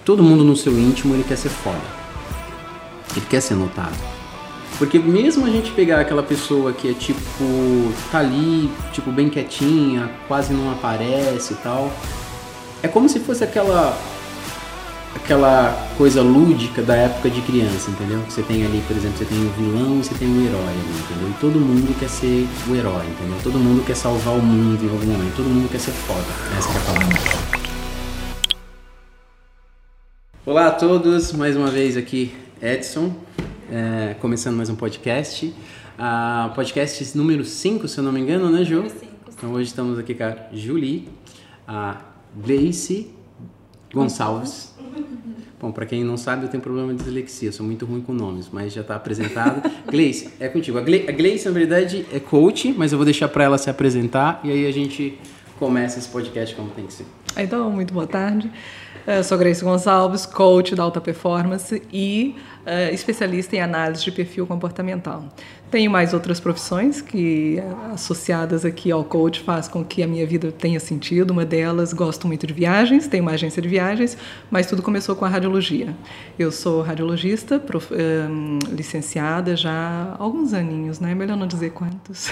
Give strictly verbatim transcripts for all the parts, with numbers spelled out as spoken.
todo mundo no seu íntimo ele quer ser foda. Ele quer ser notado. Porque mesmo a gente pegar aquela pessoa que é tipo, tá ali, tipo, bem quietinha, quase não aparece e tal, é como se fosse aquela aquela coisa lúdica da época de criança, entendeu? Você tem ali, por exemplo, você tem o vilão e você tem o herói ali, entendeu? E todo mundo quer ser o herói, entendeu? Todo mundo quer salvar o mundo em algum momento, todo mundo quer ser foda, essa que é a palavra. Olá a todos, mais uma vez aqui Edson, é, começando mais um podcast, uh, podcast número cinco, se eu não me engano, né, Ju? cinco, então hoje estamos aqui com a Julie, a Gleice Gonçalves. Bom, para quem não sabe, eu tenho problema de dislexia, sou muito ruim com nomes, mas já está apresentado. Gleice, é contigo. A, Gle- a Gleice, na verdade, é coach, mas eu vou deixar para ela se apresentar e aí a gente começa esse podcast como tem que ser. Então, muito boa tarde. Eu sou Gleice Gonçalves, coach da alta performance e uh, especialista em análise de perfil comportamental. Tenho mais outras profissões que, associadas aqui ao coach, faz com que a minha vida tenha sentido. Uma delas, gosto muito de viagens, tenho uma agência de viagens, mas tudo começou com a radiologia. Eu sou radiologista, prof, um, licenciada já há alguns aninhos, né? Melhor não dizer quantos.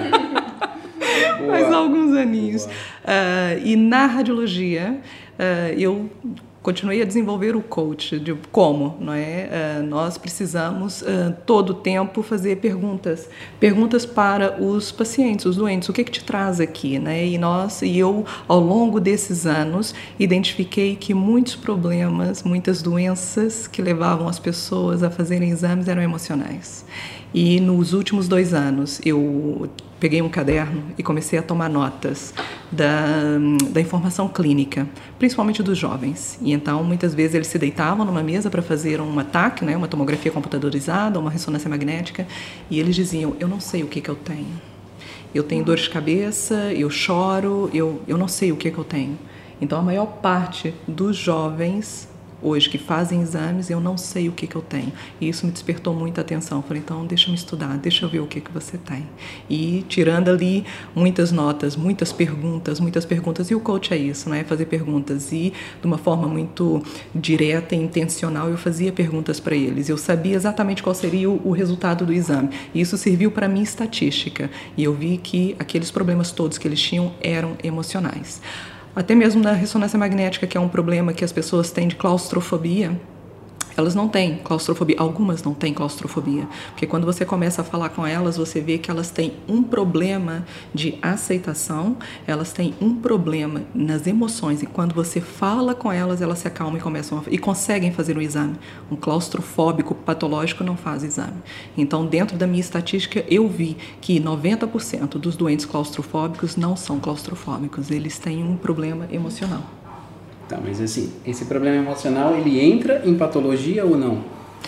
Mas há alguns aninhos. Uh, e na radiologia, uh, eu continuei a desenvolver o coach. De como? Não é? Uh, nós precisamos, uh, todo o tempo, fazer perguntas. Perguntas para os pacientes, os doentes. O que, que te traz aqui? Né? E, nós, e eu, ao longo desses anos, identifiquei que muitos problemas, muitas doenças que levavam as pessoas a fazerem exames eram emocionais. E nos últimos dois anos, eu peguei um caderno e comecei a tomar notas da, da informação clínica, principalmente dos jovens. E então, muitas vezes, eles se deitavam numa mesa para fazer um ataque, né, uma tomografia computadorizada, uma ressonância magnética, e eles diziam, eu não sei o que, que eu tenho. Eu tenho dor de cabeça, eu choro, eu, eu não sei o que, que eu tenho. Então, a maior parte dos jovens hoje que fazem exames, eu não sei o que, que eu tenho. E isso me despertou muita atenção. Falei, então, deixa eu estudar, deixa eu ver o que, que você tem. E tirando ali muitas notas, muitas perguntas, muitas perguntas. E o coach é isso, né? Fazer perguntas. E de uma forma muito direta e intencional, eu fazia perguntas para eles. Eu sabia exatamente qual seria o, o resultado do exame. E isso serviu para mim estatística. E eu vi que aqueles problemas todos que eles tinham eram emocionais. Até mesmo na ressonância magnética, que é um problema que as pessoas têm de claustrofobia, elas não têm claustrofobia, algumas não têm claustrofobia, porque quando você começa a falar com elas, você vê que elas têm um problema de aceitação, elas têm um problema nas emoções, e quando você fala com elas, elas se acalmam e começam a, e conseguem fazer o exame. Um claustrofóbico patológico não faz exame. Então, dentro da minha estatística, eu vi que noventa por cento dos doentes claustrofóbicos não são claustrofóbicos, eles têm um problema emocional. Tá, mas assim, esse problema emocional, ele entra em patologia ou não?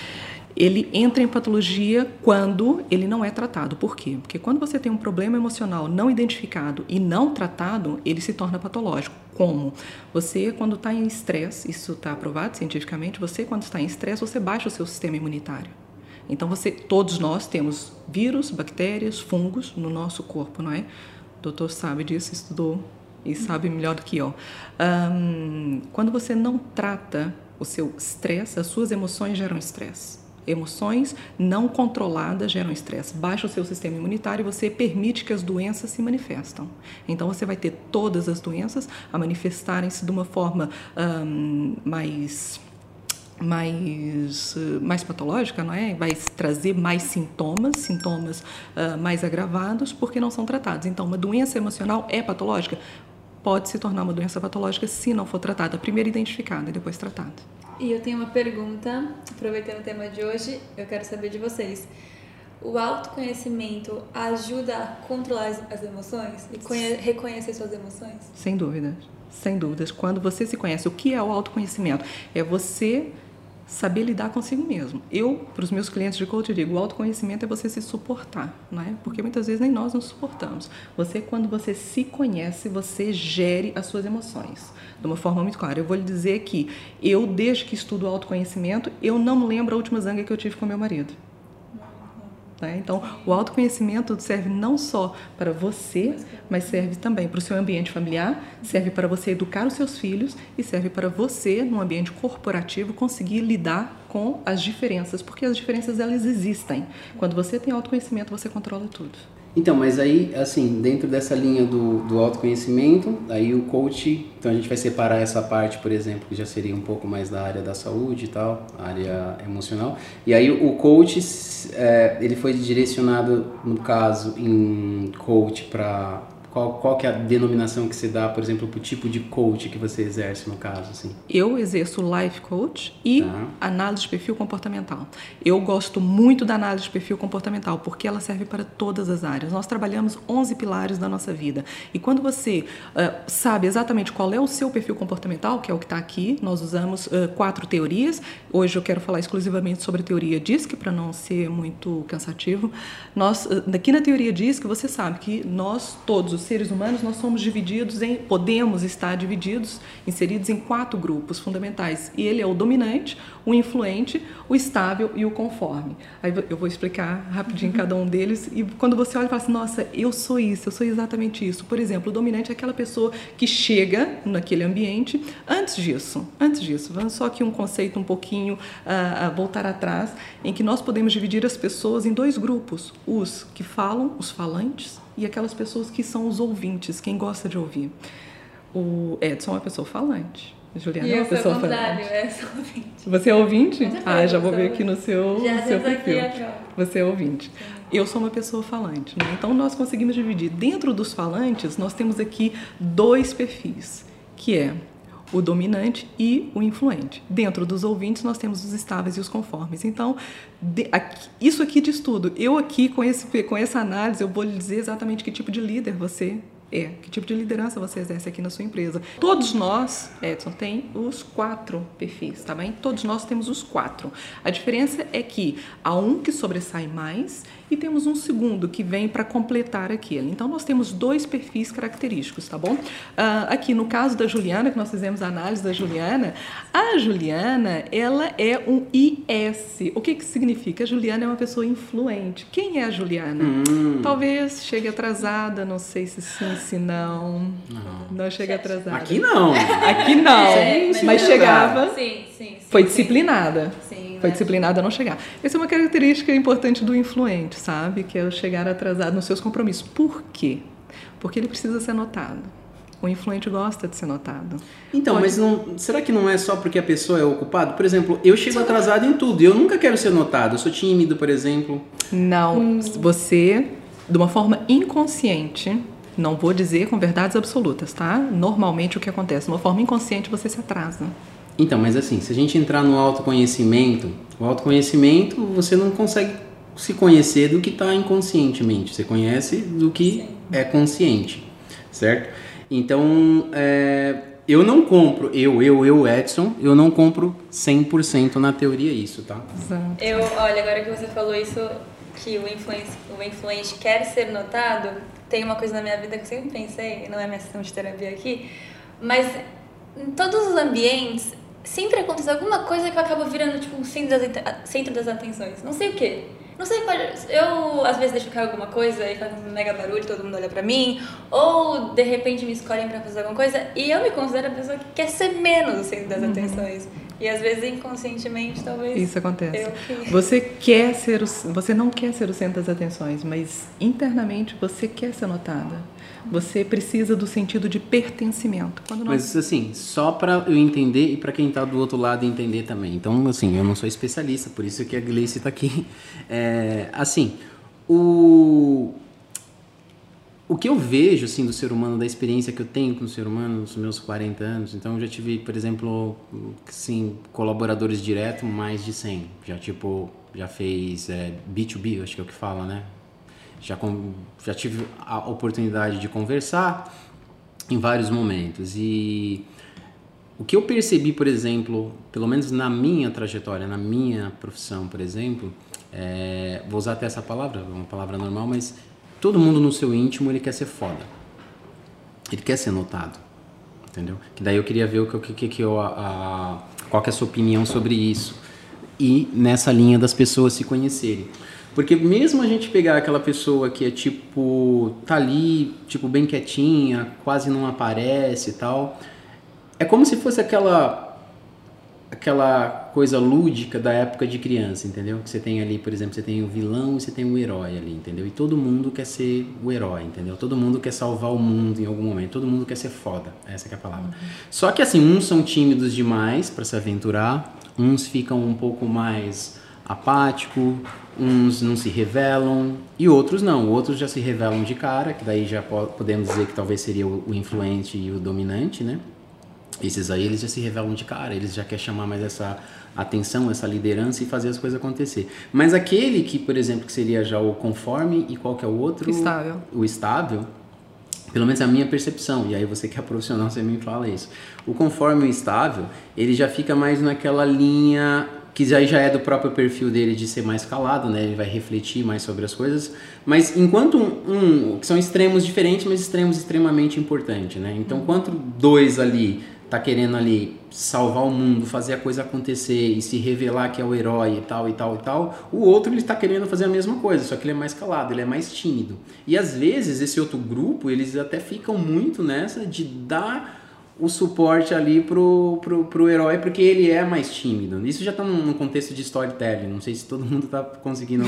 Ele entra em patologia quando ele não é tratado. Por quê? Porque quando você tem um problema emocional não identificado e não tratado, ele se torna patológico. Como? Você, quando está em estresse, isso está aprovado cientificamente, você, quando está em estresse, você baixa o seu sistema imunitário. Então, você, todos nós temos vírus, bactérias, fungos no nosso corpo, não é? O doutor sabe disso, estudou e sabe melhor do que eu. Um, quando você não trata o seu estresse, as suas emoções geram estresse. Emoções não controladas geram estresse. Baixa o seu sistema imunitário e você permite que as doenças se manifestam. Então, você vai ter todas as doenças a manifestarem-se de uma forma um, mais... mais, mais patológica, não é? Vai trazer mais sintomas, sintomas uh, mais agravados, porque não são tratados. Então, uma doença emocional é patológica? Pode se tornar uma doença patológica se não for tratada, primeiro identificada e depois tratada. E eu tenho uma pergunta, aproveitando o tema de hoje, eu quero saber de vocês. O autoconhecimento ajuda a controlar as, as emoções e conhe- reconhecer suas emoções? Sem dúvidas, sem dúvidas. Quando você se conhece, o que é o autoconhecimento? É você saber lidar consigo mesmo. Eu, para os meus clientes de coach, eu digo, o autoconhecimento é você se suportar, não é? Porque muitas vezes nem nós nos suportamos. Você, quando você se conhece, você gere as suas emoções de uma forma muito clara. Eu vou lhe dizer que eu, desde que estudo autoconhecimento, eu não lembro a última zanga que eu tive com meu marido. Né? Então, o autoconhecimento serve não só para você, mas serve também para o seu ambiente familiar, serve para você educar os seus filhos e serve para você, no ambiente corporativo, conseguir lidar com as diferenças, porque as diferenças elas existem. Quando você tem autoconhecimento, você controla tudo. Então, mas aí, assim, dentro dessa linha do, do autoconhecimento, aí o coach, então a gente vai separar essa parte, por exemplo, que já seria um pouco mais da área da saúde e tal, área emocional, e aí o coach, é, ele foi direcionado, no caso, em coach para... Qual, qual que é a denominação que você dá, por exemplo, para o tipo de coach que você exerce no caso? Assim? Eu exerço life coach e tá. análise de perfil comportamental. Eu gosto muito da análise de perfil comportamental porque ela serve para todas as áreas. Nós trabalhamos onze pilares da nossa vida. E quando você uh, sabe exatamente qual é o seu perfil comportamental, que é o que está aqui, nós usamos uh, quatro teorias. Hoje eu quero falar exclusivamente sobre a teoria D I S C, para não ser muito cansativo. Nós, uh, aqui na teoria D I S C, você sabe que nós todos, os seres humanos, nós somos divididos em, podemos estar divididos, inseridos em quatro grupos fundamentais. E ele é o dominante, o influente, o estável e o conforme. Aí eu vou explicar rapidinho cada um deles. E quando você olha e fala assim, nossa, eu sou isso, eu sou exatamente isso. Por exemplo, o dominante é aquela pessoa que chega naquele ambiente antes disso. Antes disso, vamos só aqui um conceito um pouquinho uh, uh, voltar atrás, em que nós podemos dividir as pessoas em dois grupos. Os que falam, os falantes, e aquelas pessoas que são os ouvintes, quem gosta de ouvir. O Edson é uma pessoa falante. A Juliana e é uma pessoa falante. Eu sou ouvinte. Você é ouvinte? Você ah, já vou ver aqui no seu, já no seu perfil. Aqui, Você é ouvinte. Sim. Eu sou uma pessoa falante. Né? Então, nós conseguimos dividir. Dentro dos falantes, nós temos aqui dois perfis, que é o dominante e o influente. Dentro dos ouvintes, nós temos os estáveis e os conformes. Então, de, aqui, isso aqui diz tudo. Eu aqui, com, esse, com essa análise, eu vou lhe dizer exatamente que tipo de líder você é, que tipo de liderança você exerce aqui na sua empresa. Todos nós, Edson, tem os quatro perfis, tá bem? Todos nós temos os quatro. A diferença é que há um que sobressai mais e temos um segundo que vem para completar aquele. Então, nós temos dois perfis característicos, tá bom? Uh, aqui, no caso da Juliana, que nós fizemos a análise da Juliana, a Juliana, ela é um I S. O que que significa? A Juliana é uma pessoa influente. Quem é a Juliana? Hum. Talvez chegue atrasada, não sei se sim, se não. Não, não chega atrasada. Aqui não. Aqui não, é, mas, mas chegava. Sim, sim, sim, foi disciplinada. Sim, foi disciplinada a não chegar. Essa é uma característica importante do influente, sabe? Que é o chegar atrasado nos seus compromissos. Por quê? Porque ele precisa ser notado. O influente gosta de ser notado. Então, Pode... mas não, será que não é só porque a pessoa é ocupada? Por exemplo, eu chego atrasado em tudo e eu nunca quero ser notado. Eu sou tímido, por exemplo. Não, hum. você, de uma forma inconsciente, não vou dizer com verdades absolutas, tá? Normalmente o que acontece, de uma forma inconsciente você se atrasa. Então, mas assim, se a gente entrar no autoconhecimento, o autoconhecimento você não consegue se conhecer do que está inconscientemente. Você conhece do que Sim. é consciente, certo? Então, é, eu não compro, eu, eu, eu, Edson, eu não compro cem por cento na teoria isso, tá? Exato. Eu, olha, agora que você falou isso, que o influente, o influente quer ser notado, tem uma coisa na minha vida que eu sempre pensei, não é minha sessão de terapia aqui, mas em todos os ambientes sempre acontece alguma coisa que eu acabo virando tipo um centro das, centro das atenções, não sei o quê. Não sei, eu às vezes deixo cair alguma coisa e faz um mega barulho, todo mundo olha pra mim, ou de repente me escolhem pra fazer alguma coisa e eu me considero a pessoa que quer ser menos o centro das uhum. atenções. E às vezes inconscientemente talvez isso acontece. Eu que... Você quer ser o, você não quer ser o centro das atenções, mas internamente você quer ser notada. Você precisa do sentido de pertencimento. Quando nós... Mas assim, só para eu entender e para quem está do outro lado entender também. Então, assim, eu não sou especialista, por isso que a Gleice está aqui. É, assim, o... O que eu vejo, assim, do ser humano, da experiência que eu tenho com o ser humano nos meus quarenta anos, então eu já tive, por exemplo, assim, colaboradores diretos, mais de cem. Já, tipo, já fez é, B dois B, acho que é o que fala, né? Já, com, já tive a oportunidade de conversar em vários momentos. E o que eu percebi, por exemplo, pelo menos na minha trajetória, na minha profissão, por exemplo, é, vou usar até essa palavra, uma palavra normal, mas... Todo mundo no seu íntimo, ele quer ser foda. Ele quer ser notado. Entendeu? Que daí eu queria ver o que, que, que eu, a, a, qual que é a sua opinião sobre isso. E nessa linha das pessoas se conhecerem. Porque mesmo a gente pegar aquela pessoa que é tipo, tá ali, tipo, bem quietinha, quase não aparece e tal, é como se fosse aquela aquela coisa lúdica da época de criança, entendeu? Que você tem ali, por exemplo, você tem o vilão e você tem o herói ali, entendeu? E todo mundo quer ser o herói, entendeu? Todo mundo quer salvar o mundo em algum momento, todo mundo quer ser foda, essa que é a palavra. Uhum. Só que assim, uns são tímidos demais para se aventurar, uns ficam um pouco mais apáticos, uns não se revelam e outros não, outros já se revelam de cara, que daí já podemos dizer que talvez seria o influente e o dominante, né? Esses aí, eles já se revelam de cara, eles já querem chamar mais essa atenção, essa liderança e fazer as coisas acontecer. Mas aquele que, por exemplo, que seria já o conforme e qual que é o outro? Estável. O estável, pelo menos a minha percepção, e aí você que é profissional, você me fala isso. O conforme e o estável, ele já fica mais naquela linha que já, já é do próprio perfil dele de ser mais calado, né? Ele vai refletir mais sobre as coisas. Mas enquanto um, um que são extremos diferentes, mas extremos extremamente importantes, né? Então, uhum. Enquanto dois ali tá querendo ali salvar o mundo, fazer a coisa acontecer e se revelar que é o herói e tal e tal e tal, o outro ele tá querendo fazer a mesma coisa, só que ele é mais calado, ele é mais tímido. E às vezes esse outro grupo, eles até ficam muito nessa de dar o suporte ali pro, pro, pro herói, porque ele é mais tímido. Isso já tá num contexto de storytelling, não sei se todo mundo tá conseguindo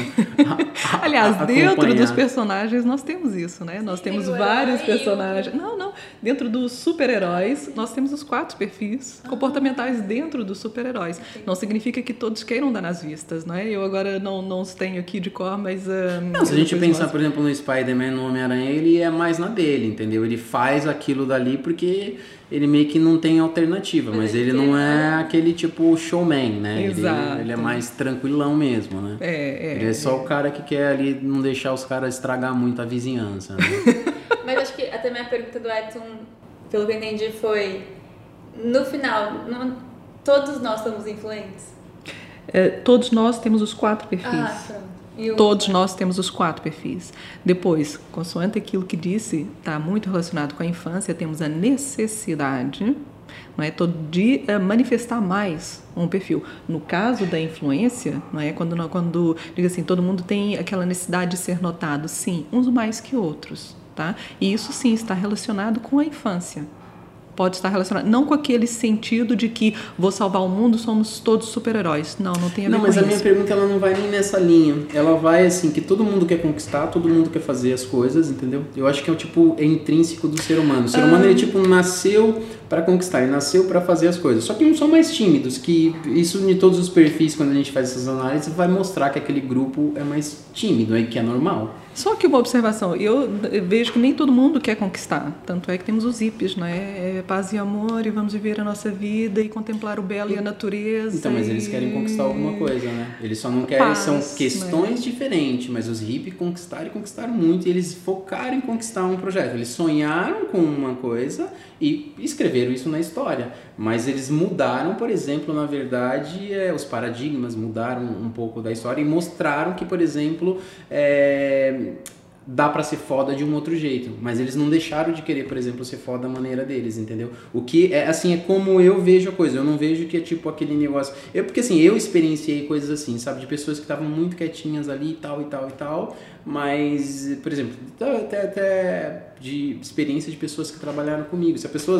a, a, Aliás, a dentro dos personagens nós temos isso, né? Nós temos Sim, vários herói. personagens. Não, não. Dentro dos super-heróis, nós temos os quatro perfis ah. comportamentais dentro dos super-heróis. Não significa que todos queiram dar nas vistas, não é? Eu agora não, não os tenho aqui de cor, mas... Uh, não, se a gente pensar, nós... por exemplo, no Spider-Man, no Homem-Aranha, ele é mais na dele, entendeu? Ele faz aquilo dali porque... ele meio que não tem alternativa, mas ele não é aquele tipo showman, né? Exato. Ele, ele é mais tranquilão mesmo, né? É, é, ele é só é. o cara que quer ali não deixar os caras estragar muito a vizinhança, né? Mas acho que até minha pergunta do Edson, pelo que eu entendi, foi no final, não, todos nós somos influentes? É, todos nós temos os quatro perfis. Ah, pronto. Todos nós temos os quatro perfis. Depois, consoante aquilo que disse, está muito relacionado com a infância, temos a necessidade, não é, de uh, manifestar mais um perfil. No caso da influência, não é, quando, quando diga assim, todo mundo tem aquela necessidade de ser notado, sim, uns mais que outros, tá? E isso sim está relacionado com a infância. Pode estar relacionado, não com aquele sentido de que vou salvar o mundo, somos todos super-heróis. Não, não tem a ver não, com isso. Não, mas a isso. minha pergunta ela não vai nem nessa linha. Ela vai assim, que todo mundo quer conquistar, todo mundo quer fazer as coisas, entendeu? Eu acho que é o tipo, é intrínseco do ser humano. O ser ah. humano, ele tipo, nasceu para conquistar, ele nasceu para fazer as coisas. Só que uns são mais tímidos, que isso em todos os perfis, quando a gente faz essas análises, vai mostrar que aquele grupo é mais tímido, aí que é normal. Só que uma observação, eu vejo que nem todo mundo quer conquistar, tanto é que temos os hippies, não é? É paz e amor e vamos viver a nossa vida e contemplar o belo e, e a natureza. Então, mas e... eles querem conquistar alguma coisa, né? Eles só não querem, paz, são questões né? diferentes, mas os hippies conquistaram e conquistaram muito, e eles focaram em conquistar um projeto. Eles sonharam com uma coisa e escreveram isso na história, mas eles mudaram, por exemplo, na verdade, é, os paradigmas mudaram um pouco da história e mostraram que, por exemplo, é, dá pra ser foda de um outro jeito, mas eles não deixaram de querer, por exemplo, ser foda da maneira deles, entendeu? O que é, assim, é como eu vejo a coisa, eu não vejo que é tipo aquele negócio, eu, porque assim, eu experienciei coisas assim, sabe, de pessoas que estavam muito quietinhas ali e tal e tal e tal, mas, por exemplo, até, até de experiência de pessoas que trabalharam comigo, se a pessoa...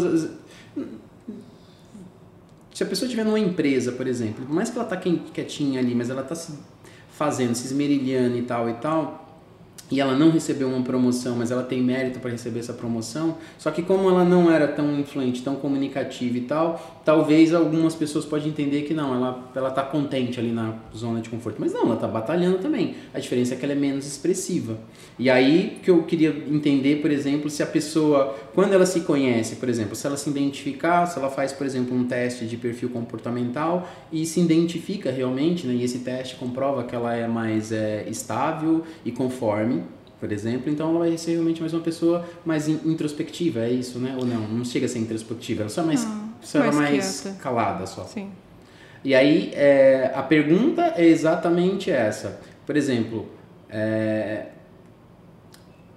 Se a pessoa estiver numa empresa, por exemplo, por mais que ela tá quietinha ali, mas ela tá se fazendo, se esmerilhando e tal e tal, e ela não recebeu uma promoção, mas ela tem mérito para receber essa promoção, só que como ela não era tão influente, tão comunicativa e tal, talvez algumas pessoas podem entender que não, ela, ela tá contente ali na zona de conforto, mas não, ela tá batalhando também, a diferença é que ela é menos expressiva. E aí que eu queria entender, por exemplo, se a pessoa, quando ela se conhece, por exemplo, se ela se identificar, se ela faz, por exemplo, um teste de perfil comportamental e se identifica realmente, né, e esse teste comprova que ela é mais é, estável e conforme, por exemplo, então ela vai ser realmente mais uma pessoa mais introspectiva, é isso, né? Ou não, não chega a ser introspectiva, ela só é mais, não, só mais, é mais calada só. Sim. E aí, é, a pergunta é exatamente essa. Por exemplo, é,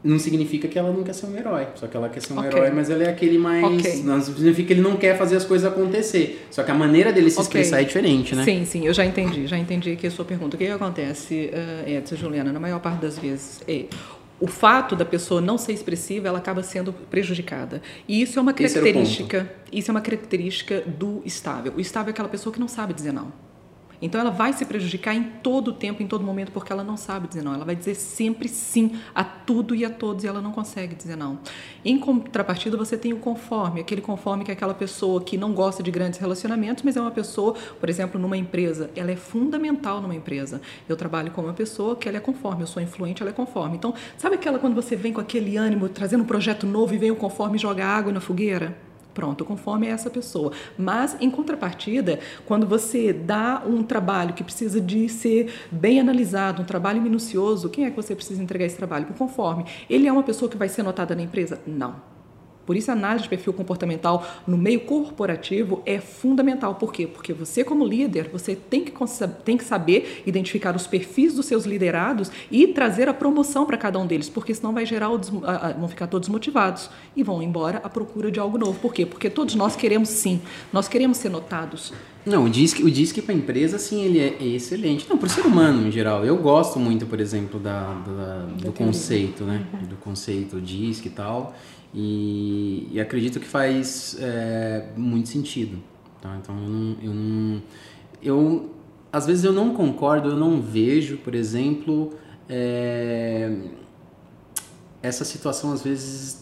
não significa que ela não quer ser um herói. Só que ela quer ser um okay. herói, mas ele é aquele mais... Okay. Não significa que ele não quer fazer as coisas acontecer. Só que a maneira dele se okay. expressar é diferente, né? Sim, sim, eu já entendi. Já entendi aqui a sua pergunta. O que, que acontece, uh, Edson, Juliana, na maior parte das vezes é... O fato da pessoa não ser expressiva, ela acaba sendo prejudicada. E isso é uma característica, isso é uma característica do estável. O estável é aquela pessoa que não sabe dizer não. Então ela vai se prejudicar em todo o tempo, em todo momento, porque ela não sabe dizer não. Ela vai dizer sempre sim a tudo e a todos e ela não consegue dizer não. Em contrapartida, você tem o conforme, aquele conforme que é aquela pessoa que não gosta de grandes relacionamentos, mas é uma pessoa, por exemplo, numa empresa, ela é fundamental numa empresa. Eu trabalho com uma pessoa que ela é conforme, eu sou influente, ela é conforme. Então, sabe aquela quando você vem com aquele ânimo, trazendo um projeto novo e vem o conforme e joga água na fogueira? Pronto, conforme é essa pessoa. Mas, em contrapartida, quando você dá um trabalho que precisa de ser bem analisado, um trabalho minucioso, quem é que você precisa entregar esse trabalho? Por conforme. Ele é uma pessoa que vai ser notada na empresa? Não. Por isso, a análise de perfil comportamental no meio corporativo é fundamental. Por quê? Porque você, como líder, você tem que, tem que saber identificar os perfis dos seus liderados e trazer a promoção para cada um deles, porque senão vai gerar o des... vão ficar todos motivados e vão embora à procura de algo novo. Por quê? Porque todos nós queremos sim, nós queremos ser notados. Não, o DISC, o DISC para a empresa, sim, ele é excelente. Não, para o ser humano, em geral. Eu gosto muito, por exemplo, da, da, do conceito, né? Uhum. Do conceito DISC e tal. E, e acredito que faz é, muito sentido. Tá? Então, eu não, eu não... Eu, às vezes eu não concordo, eu não vejo, por exemplo, é, essa situação, às vezes,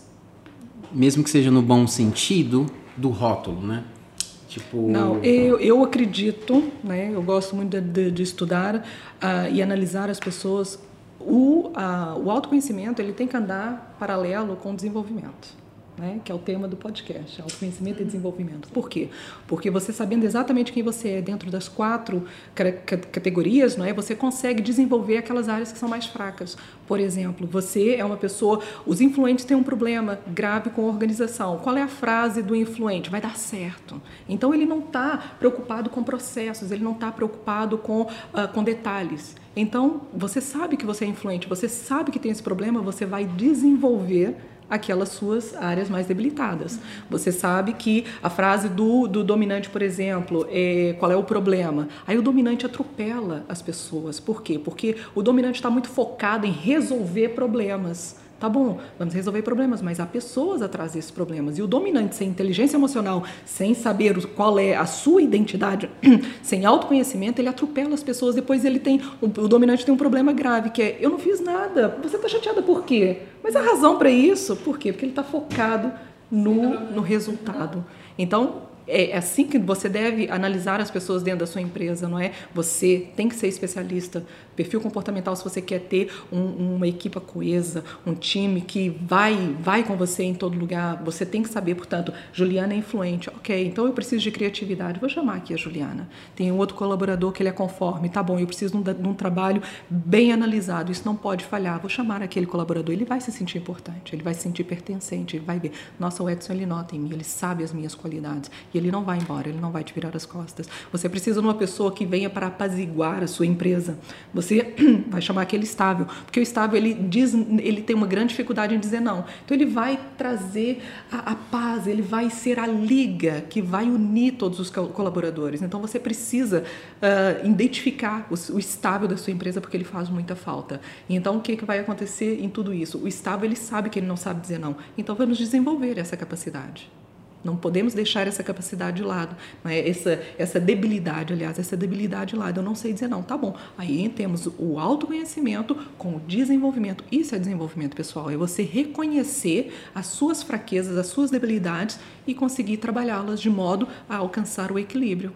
mesmo que seja no bom sentido, do rótulo, né? Tipo... Não, eu, eu acredito, né, eu gosto muito de, de, de estudar uh, e analisar as pessoas. O, uh, o autoconhecimento ele tem que andar paralelo com o desenvolvimento. Né, que é o tema do podcast, autoconhecimento e desenvolvimento. Por quê? Porque você sabendo exatamente quem você é dentro das quatro categorias, não é, você consegue desenvolver aquelas áreas que são mais fracas. Por exemplo, você é uma pessoa... Os influentes têm um problema grave com a organização. Qual é a frase do influente? Vai dar certo. Então, ele não está preocupado com processos, ele não está preocupado com, uh, com detalhes. Então, você sabe que você é influente, você sabe que tem esse problema, você vai desenvolver aquelas suas áreas mais debilitadas. Você sabe que a frase do, do dominante, por exemplo, é qual é o problema? Aí o dominante atropela as pessoas. Por quê? Porque o dominante está muito focado em resolver problemas. Tá bom, vamos resolver problemas, mas há pessoas atrás desses problemas. E o dominante, sem inteligência emocional, sem saber qual é a sua identidade, sem autoconhecimento, ele atropela as pessoas. Depois ele tem, o, o dominante tem um problema grave, que é, eu não fiz nada, você está chateada por quê? Mas a razão para isso, por quê? Porque ele está focado no, no resultado. Então, é assim que você deve analisar as pessoas dentro da sua empresa, não é? Você tem que ser especialista. Perfil comportamental, se você quer ter um, uma equipe coesa, um time que vai, vai com você em todo lugar, você tem que saber, portanto, Juliana é influente. Ok, então eu preciso de criatividade. Vou chamar aqui a Juliana. Tem um outro colaborador que ele é conforme. Tá bom, eu preciso de um, de um trabalho bem analisado. Isso não pode falhar. Vou chamar aquele colaborador. Ele vai se sentir importante, ele vai se sentir pertencente, ele vai ver. Nossa, o Edson, ele nota em mim, ele sabe as minhas qualidades. E ele não vai embora, ele não vai te virar as costas. Você precisa de uma pessoa que venha para apaziguar a sua empresa. Você vai chamar aquele estável, porque o estável ele, diz, ele tem uma grande dificuldade em dizer não. Então ele vai trazer a, a paz, ele vai ser a liga que vai unir todos os colaboradores. Então você precisa uh, identificar o, o estável da sua empresa, porque ele faz muita falta. Então o que, que vai acontecer em tudo isso? O estável ele sabe que ele não sabe dizer não. Então vamos desenvolver essa capacidade. Não podemos deixar essa capacidade de lado, né? essa, essa debilidade, aliás, essa debilidade de lado. Eu não sei dizer não, tá bom. Aí temos o autoconhecimento com o desenvolvimento. Isso é desenvolvimento, pessoal. É você reconhecer as suas fraquezas, as suas debilidades e conseguir trabalhá-las de modo a alcançar o equilíbrio.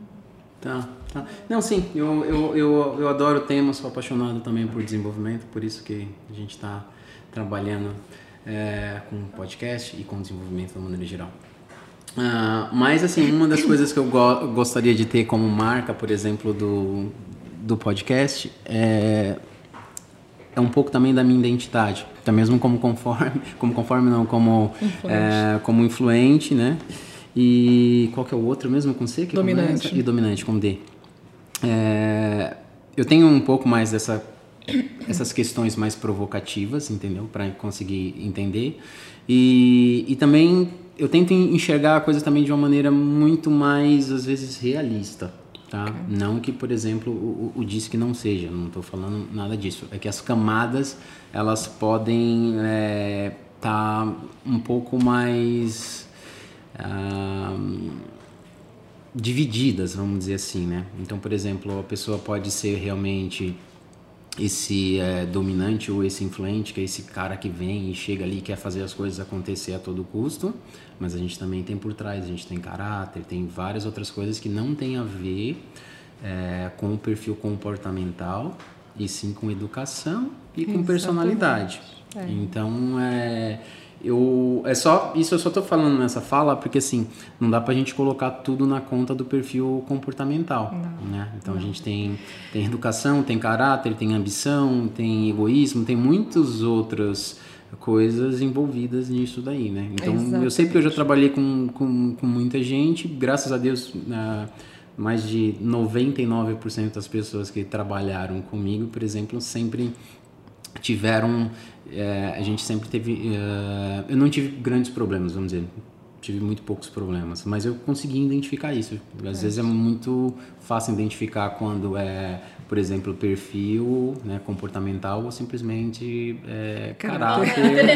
Tá, tá. Não, sim, eu, eu, eu, eu adoro o tema, sou apaixonado também por desenvolvimento, por isso que a gente está trabalhando é, com podcast e com desenvolvimento de uma maneira geral. Uh, mas assim, uma das coisas que eu go- gostaria de ter como marca, por exemplo, do, do podcast é, é um pouco também da minha identidade, até mesmo como conforme, como conforme não, como influente, é, como influente, né? E qual que é o outro mesmo com C? Que dominante. Começa? E dominante, com D. É, eu tenho um pouco mais dessa essas questões mais provocativas, entendeu? Para conseguir entender. E, e também eu tento enxergar a coisa também de uma maneira muito mais, às vezes, realista. Tá? Okay. Não que, por exemplo, o, o D I S C não seja, não estou falando nada disso. É que as camadas, elas podem é, tá um pouco mais ah, divididas, vamos dizer assim, né? Então, por exemplo, a pessoa pode ser realmente esse é, dominante ou esse influente, que é esse cara que vem e chega ali e quer fazer as coisas acontecer a todo custo, mas a gente também tem por trás, a gente tem caráter, tem várias outras coisas que não tem a ver é, com o perfil comportamental, e sim com educação e com Exatamente. Personalidade. É. Então, é, eu, é só, isso eu só estou falando nessa fala porque assim, não dá pra gente colocar tudo na conta do perfil comportamental. Não. Né? Então, não. A gente tem, tem educação, tem caráter, tem ambição, tem egoísmo, tem muitas outras coisas envolvidas nisso daí, né? Então, Exatamente. Eu sei que eu já trabalhei com, com, com muita gente, graças a Deus, uh, mais de noventa e nove por cento das pessoas que trabalharam comigo, por exemplo, sempre tiveram, uh, a gente sempre teve, uh, eu não tive grandes problemas, vamos dizer, tive muito poucos problemas, mas eu consegui identificar isso. Às é. vezes é muito fácil identificar quando é, por exemplo, perfil, né, comportamental ou simplesmente é, caráter.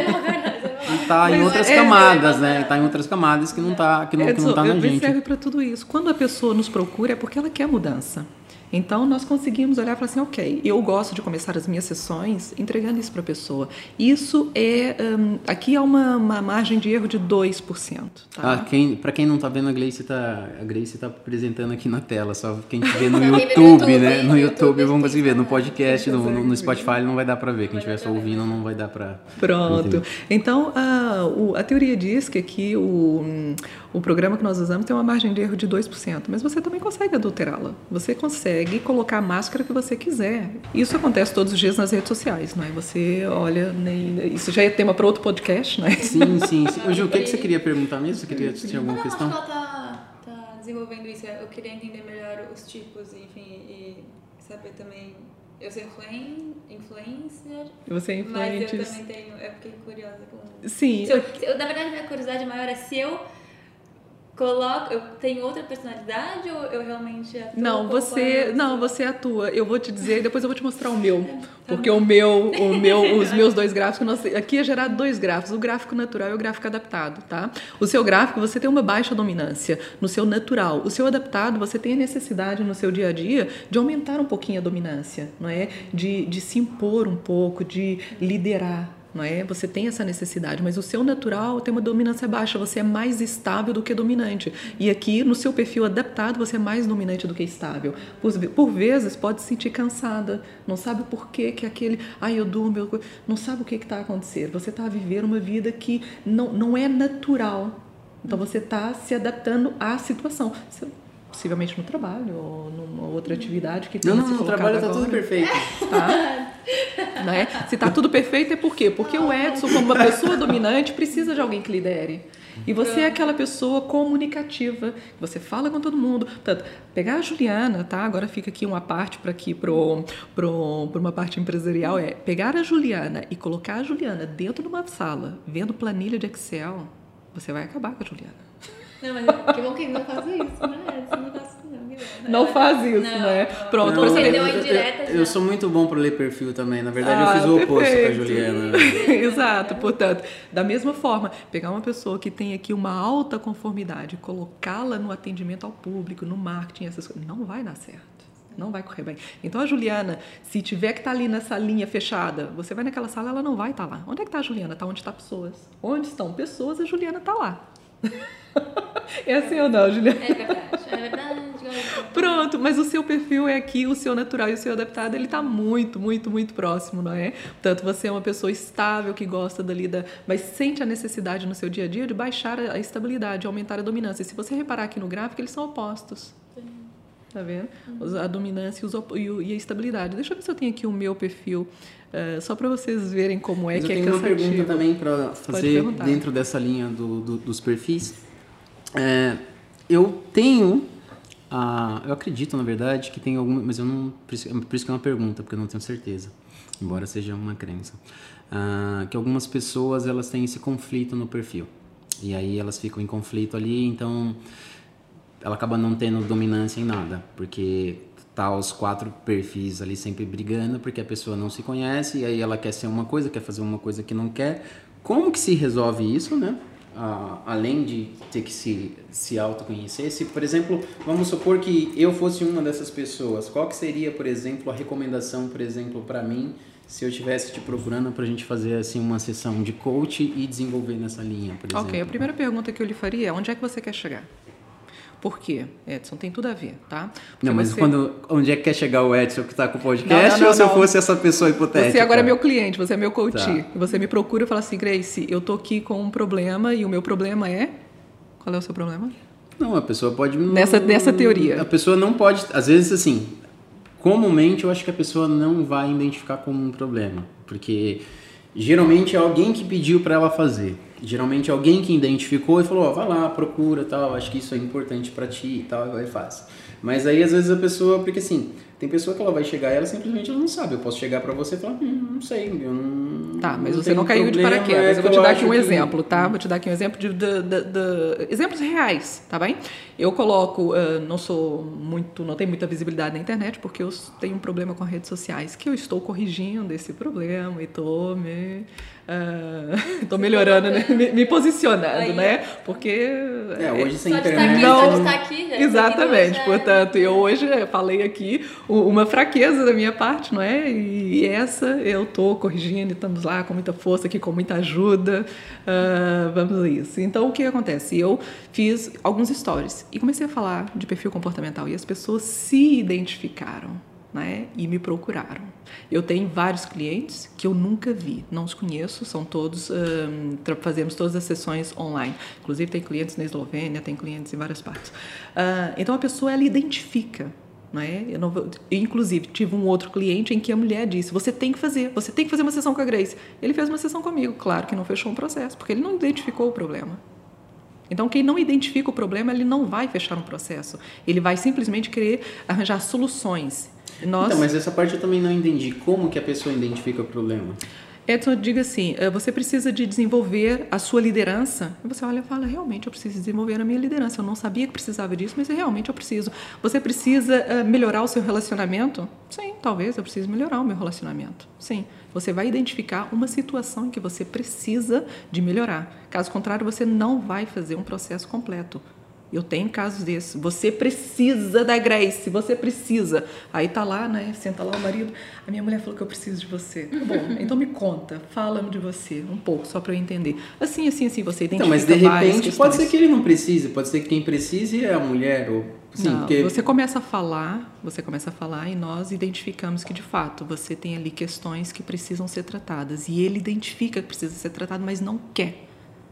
E tá em outras é, camadas, é, né? Tá em outras camadas que não tá, que não, Edson, que não tá na gente. Serve para tudo isso. Quando a pessoa nos procura é porque ela quer mudança. Então, nós conseguimos olhar e falar assim, ok, eu gosto de começar as minhas sessões entregando isso para a pessoa. Isso é, um, aqui há uma, uma margem de erro de dois por cento. Tá? Ah, quem, para quem não está vendo, a Gleice está a Gleice tá apresentando aqui na tela, só quem vê no YouTube, né? No YouTube vamos conseguir ver, no podcast, no, no, no Spotify não vai dar para ver, quem estiver só ouvindo não vai dar para... Pronto. Então, a, o, a teoria diz que aqui o, o programa que nós usamos tem uma margem de erro de dois por cento, mas você também consegue adulterá-la. Você consegue colocar a máscara que você quiser. Isso acontece todos os dias nas redes sociais, não é? Você olha, né? Isso já é tema para outro podcast, não é? Sim, sim. sim. Ô, Ju, o que, que você queria perguntar mesmo? Você queria tinha alguma não, questão? Acho que ela tá, tá desenvolvendo isso. Eu queria entender melhor os tipos, enfim, e saber também. Eu sou influen, influencer. Você é influencer. Mas eu também tenho. Eu fiquei curiosa com. Sim. Se eu, eu, na verdade, minha curiosidade maior é se eu coloco, eu tenho outra personalidade ou eu realmente atuo? Não, você, não, você atua. Eu vou te dizer, depois eu vou te mostrar o meu, porque o meu, o meu, os meus dois gráficos, nós, aqui é gerado dois gráficos, o gráfico natural e o gráfico adaptado, tá? O seu gráfico, você tem uma baixa dominância no seu natural. O seu adaptado, você tem a necessidade no seu dia a dia de aumentar um pouquinho a dominância, não é? De, de se impor um pouco, de liderar. Não é? Você tem essa necessidade, mas o seu natural tem uma dominância baixa, você é mais estável do que dominante. E aqui, no seu perfil adaptado, você é mais dominante do que estável. Por, por vezes, pode se sentir cansada, não sabe por que que aquele... Ai, eu durmo, eu... não sabe o que está acontecendo. Você está a viver uma vida que não, não é natural. Então, você está se adaptando à situação. Você, possivelmente no trabalho ou numa outra atividade que tenha não, se não, colocado no trabalho agora. Tá tudo perfeito. Tá? Né? Se tá tudo perfeito é por quê? Porque o Edson, como uma pessoa dominante, precisa de alguém que lidere. E você é aquela pessoa comunicativa, você fala com todo mundo. Portanto, pegar a Juliana, tá? Agora fica aqui uma parte para aqui pro, pro, pro uma parte empresarial, é pegar a Juliana e colocar a Juliana dentro de uma sala, vendo planilha de Excel, você vai acabar com a Juliana. Não, mas que bom que não faz isso, né? Não faz isso, não. Não faz isso, não, né? Pronto, não, pra eu, saber. Eu, eu, eu sou muito bom para ler perfil também. Na verdade, ah, eu fiz o oposto com a Juliana. Exato. Portanto, da mesma forma, pegar uma pessoa que tem aqui uma alta conformidade, colocá-la no atendimento ao público, no marketing, essas coisas, não vai dar certo. Não vai correr bem. Então, a Juliana, se tiver que estar ali nessa linha fechada, você vai naquela sala, ela não vai estar lá. Onde é que está a Juliana? Está onde estão pessoas. Onde estão pessoas, a Juliana está lá. É assim ou não, Juliana? É verdade, é verdade. Pronto, mas o seu perfil é aqui, o seu natural e o seu adaptado, ele está muito, muito, muito próximo, não é? Portanto, você é uma pessoa estável, que gosta dali, da, mas sente a necessidade no seu dia a dia de baixar a estabilidade, aumentar a dominância. E se você reparar aqui no gráfico, eles são opostos. Sim. Tá vendo? Uhum. A dominância e, os, e a estabilidade. Deixa eu ver se eu tenho aqui o meu perfil, uh, só para vocês verem como é. Mas que é cansativo. Eu tenho uma pergunta também para fazer dentro dessa linha do, do, dos perfis. É, eu tenho ah, eu acredito, na verdade, que tem alguma, mas eu não, por isso, por isso que é uma pergunta, porque eu não tenho certeza, embora seja uma crença, ah, que algumas pessoas elas têm esse conflito no perfil, e aí elas ficam em conflito ali, então ela acaba não tendo dominância em nada, porque tá os quatro perfis ali sempre brigando, porque a pessoa não se conhece, e aí ela quer ser uma coisa, quer fazer uma coisa que não quer. Como que se resolve isso, né? Ah, além de ter que se, se autoconhecer, se, por exemplo, vamos supor que eu fosse uma dessas pessoas, qual que seria, por exemplo, a recomendação, por exemplo, para mim, se eu estivesse te procurando para a gente fazer assim uma sessão de coach e desenvolver nessa linha, por exemplo? Ok, a primeira pergunta que eu lhe faria é onde é que você quer chegar? Por quê, Edson? Tem tudo a ver, tá? Porque não, mas você... quando, onde é que quer chegar o Edson que está com o podcast, não, não, não, ou se não. eu fosse essa pessoa hipotética? Você agora é meu cliente, você é meu coach. Tá. Você me procura e fala assim, Grace, eu tô aqui com um problema e o meu problema é... Qual é o seu problema? Não, a pessoa pode... Nessa, nessa teoria. A pessoa não pode... Às vezes, assim, comumente eu acho que a pessoa não vai identificar como um problema, porque geralmente é alguém que pediu para ela fazer. Geralmente alguém que identificou e falou, ó, vai lá, procura, tal, acho que isso é importante pra ti e tal, e vai e faz. Mas aí às vezes a pessoa, porque assim, tem pessoa que ela vai chegar e ela simplesmente ela não sabe. Eu posso chegar pra você e falar, hum, não sei, eu não... Tá, mas não você não caiu de paraquedas. é eu vou te dar aqui um que... exemplo, tá? Vou te dar aqui um exemplo de, de, de, de exemplos reais, tá bem? Eu coloco, uh, não sou muito, não tenho muita visibilidade na internet porque eu tenho um problema com as redes sociais, que eu estou corrigindo esse problema e tô me... Uh, tô melhorando, né? me, me posicionando, aí, né? Porque... É, hoje sem só internet... De não... Só de estar aqui, já. Exatamente. Portanto, eu hoje falei aqui uma fraqueza da minha parte, não é? E essa eu tô corrigindo, estamos lá com muita força aqui, com muita ajuda. Uh, vamos a isso. Então, o que acontece? Eu fiz alguns stories e comecei a falar de perfil comportamental e as pessoas se identificaram, né? E me procuraram. Eu tenho vários clientes que eu nunca vi, não os conheço, são todos, um, fazemos todas as sessões online. Inclusive tem clientes na Eslovênia, tem clientes em várias partes. Uh, então a pessoa, ela identifica, não é? Eu não vou, inclusive tive um outro cliente em que a mulher disse, você tem que fazer, você tem que fazer uma sessão com a Grace. Ele fez uma sessão comigo, claro que não fechou um processo, porque ele não identificou o problema. Então, quem não identifica o problema, ele não vai fechar um processo. Ele vai simplesmente querer arranjar soluções. Nós... Então, mas essa parte eu também não entendi. Como que a pessoa identifica o problema? Edson, diga assim, você precisa de desenvolver a sua liderança. E você olha e fala, realmente eu preciso desenvolver a minha liderança. Eu não sabia que precisava disso, mas realmente eu preciso. Você precisa melhorar o seu relacionamento? Sim, talvez eu precise melhorar o meu relacionamento. Sim, você vai identificar uma situação em que você precisa de melhorar. Caso contrário, você não vai fazer um processo completo. Eu tenho casos desses. Você precisa da Grace, você precisa. Aí tá lá, né? Senta lá o marido. A minha mulher falou que eu preciso de você. Tá bom, então me conta, fala-me de você um pouco, só para eu entender. Assim, assim, assim, você identifica. Então, mas de repente pode ser que ele não precise, pode ser que quem precise é a mulher ou sim, não, porque... você começa a falar, você começa a falar e nós identificamos que de fato você tem ali questões que precisam ser tratadas e ele identifica que precisa ser tratado, mas não quer.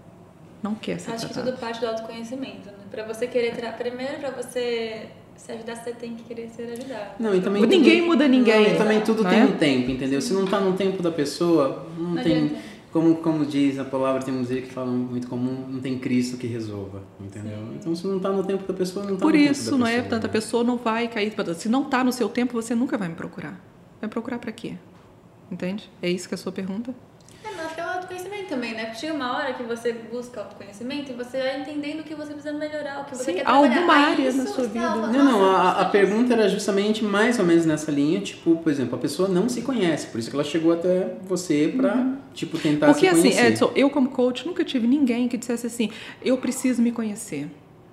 Não quer ser Acho tratado. que tudo parte do autoconhecimento, né? Para você querer tra... primeiro para você se ajudar, você tem que querer ser ajudado. Não, e também ninguém tudo... muda ninguém. Não, e também tudo não tem é? um tempo, entendeu? Se não tá no tempo da pessoa, não, não tem adianta. como como diz a palavra, tem um dizer que fala muito comum, não tem Cristo que resolva, entendeu? Sim. Então se não tá no tempo da pessoa, não tá Por no isso, tempo da não pessoa, é? Portanto, né? a pessoa não vai cair. Se não tá no seu tempo, você nunca vai me procurar. Vai procurar para quê? Entende? É isso que é a sua pergunta? Acho que é o autoconhecimento também, né? Chega uma hora que você busca autoconhecimento e você vai entendendo o que você precisa melhorar, o que você Sim, quer trabalhar. alguma Aí área isso na sua vida. salva. Não, não, a, a pergunta era justamente mais ou menos nessa linha, tipo, por exemplo, a pessoa não se conhece, por isso que ela chegou até você pra, uhum. tipo, tentar Porque, se conhecer. Porque assim, Edson, eu como coach nunca tive ninguém que dissesse assim, eu preciso me conhecer.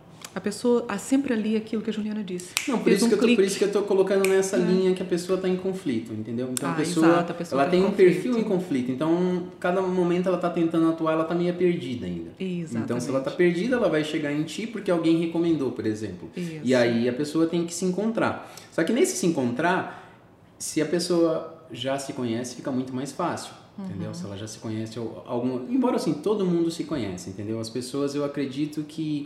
A pessoa há sempre ali aquilo que a Juliana disse. Não, por isso, um que eu tô, por isso que eu tô colocando nessa é. linha que a pessoa está em conflito, entendeu? Então ah, a, pessoa, exato, a pessoa ela tem um conflito. perfil em conflito. Então, cada momento ela está tentando atuar, ela está meio perdida ainda. Exatamente. Então, se ela está perdida, ela vai chegar em ti porque alguém recomendou, por exemplo. Isso. E aí a pessoa tem que se encontrar. Só que nesse se encontrar, se a pessoa já se conhece, fica muito mais fácil. Entendeu? Uhum. Se ela já se conhece algum, embora assim todo mundo se conhece, entendeu? As pessoas, eu acredito que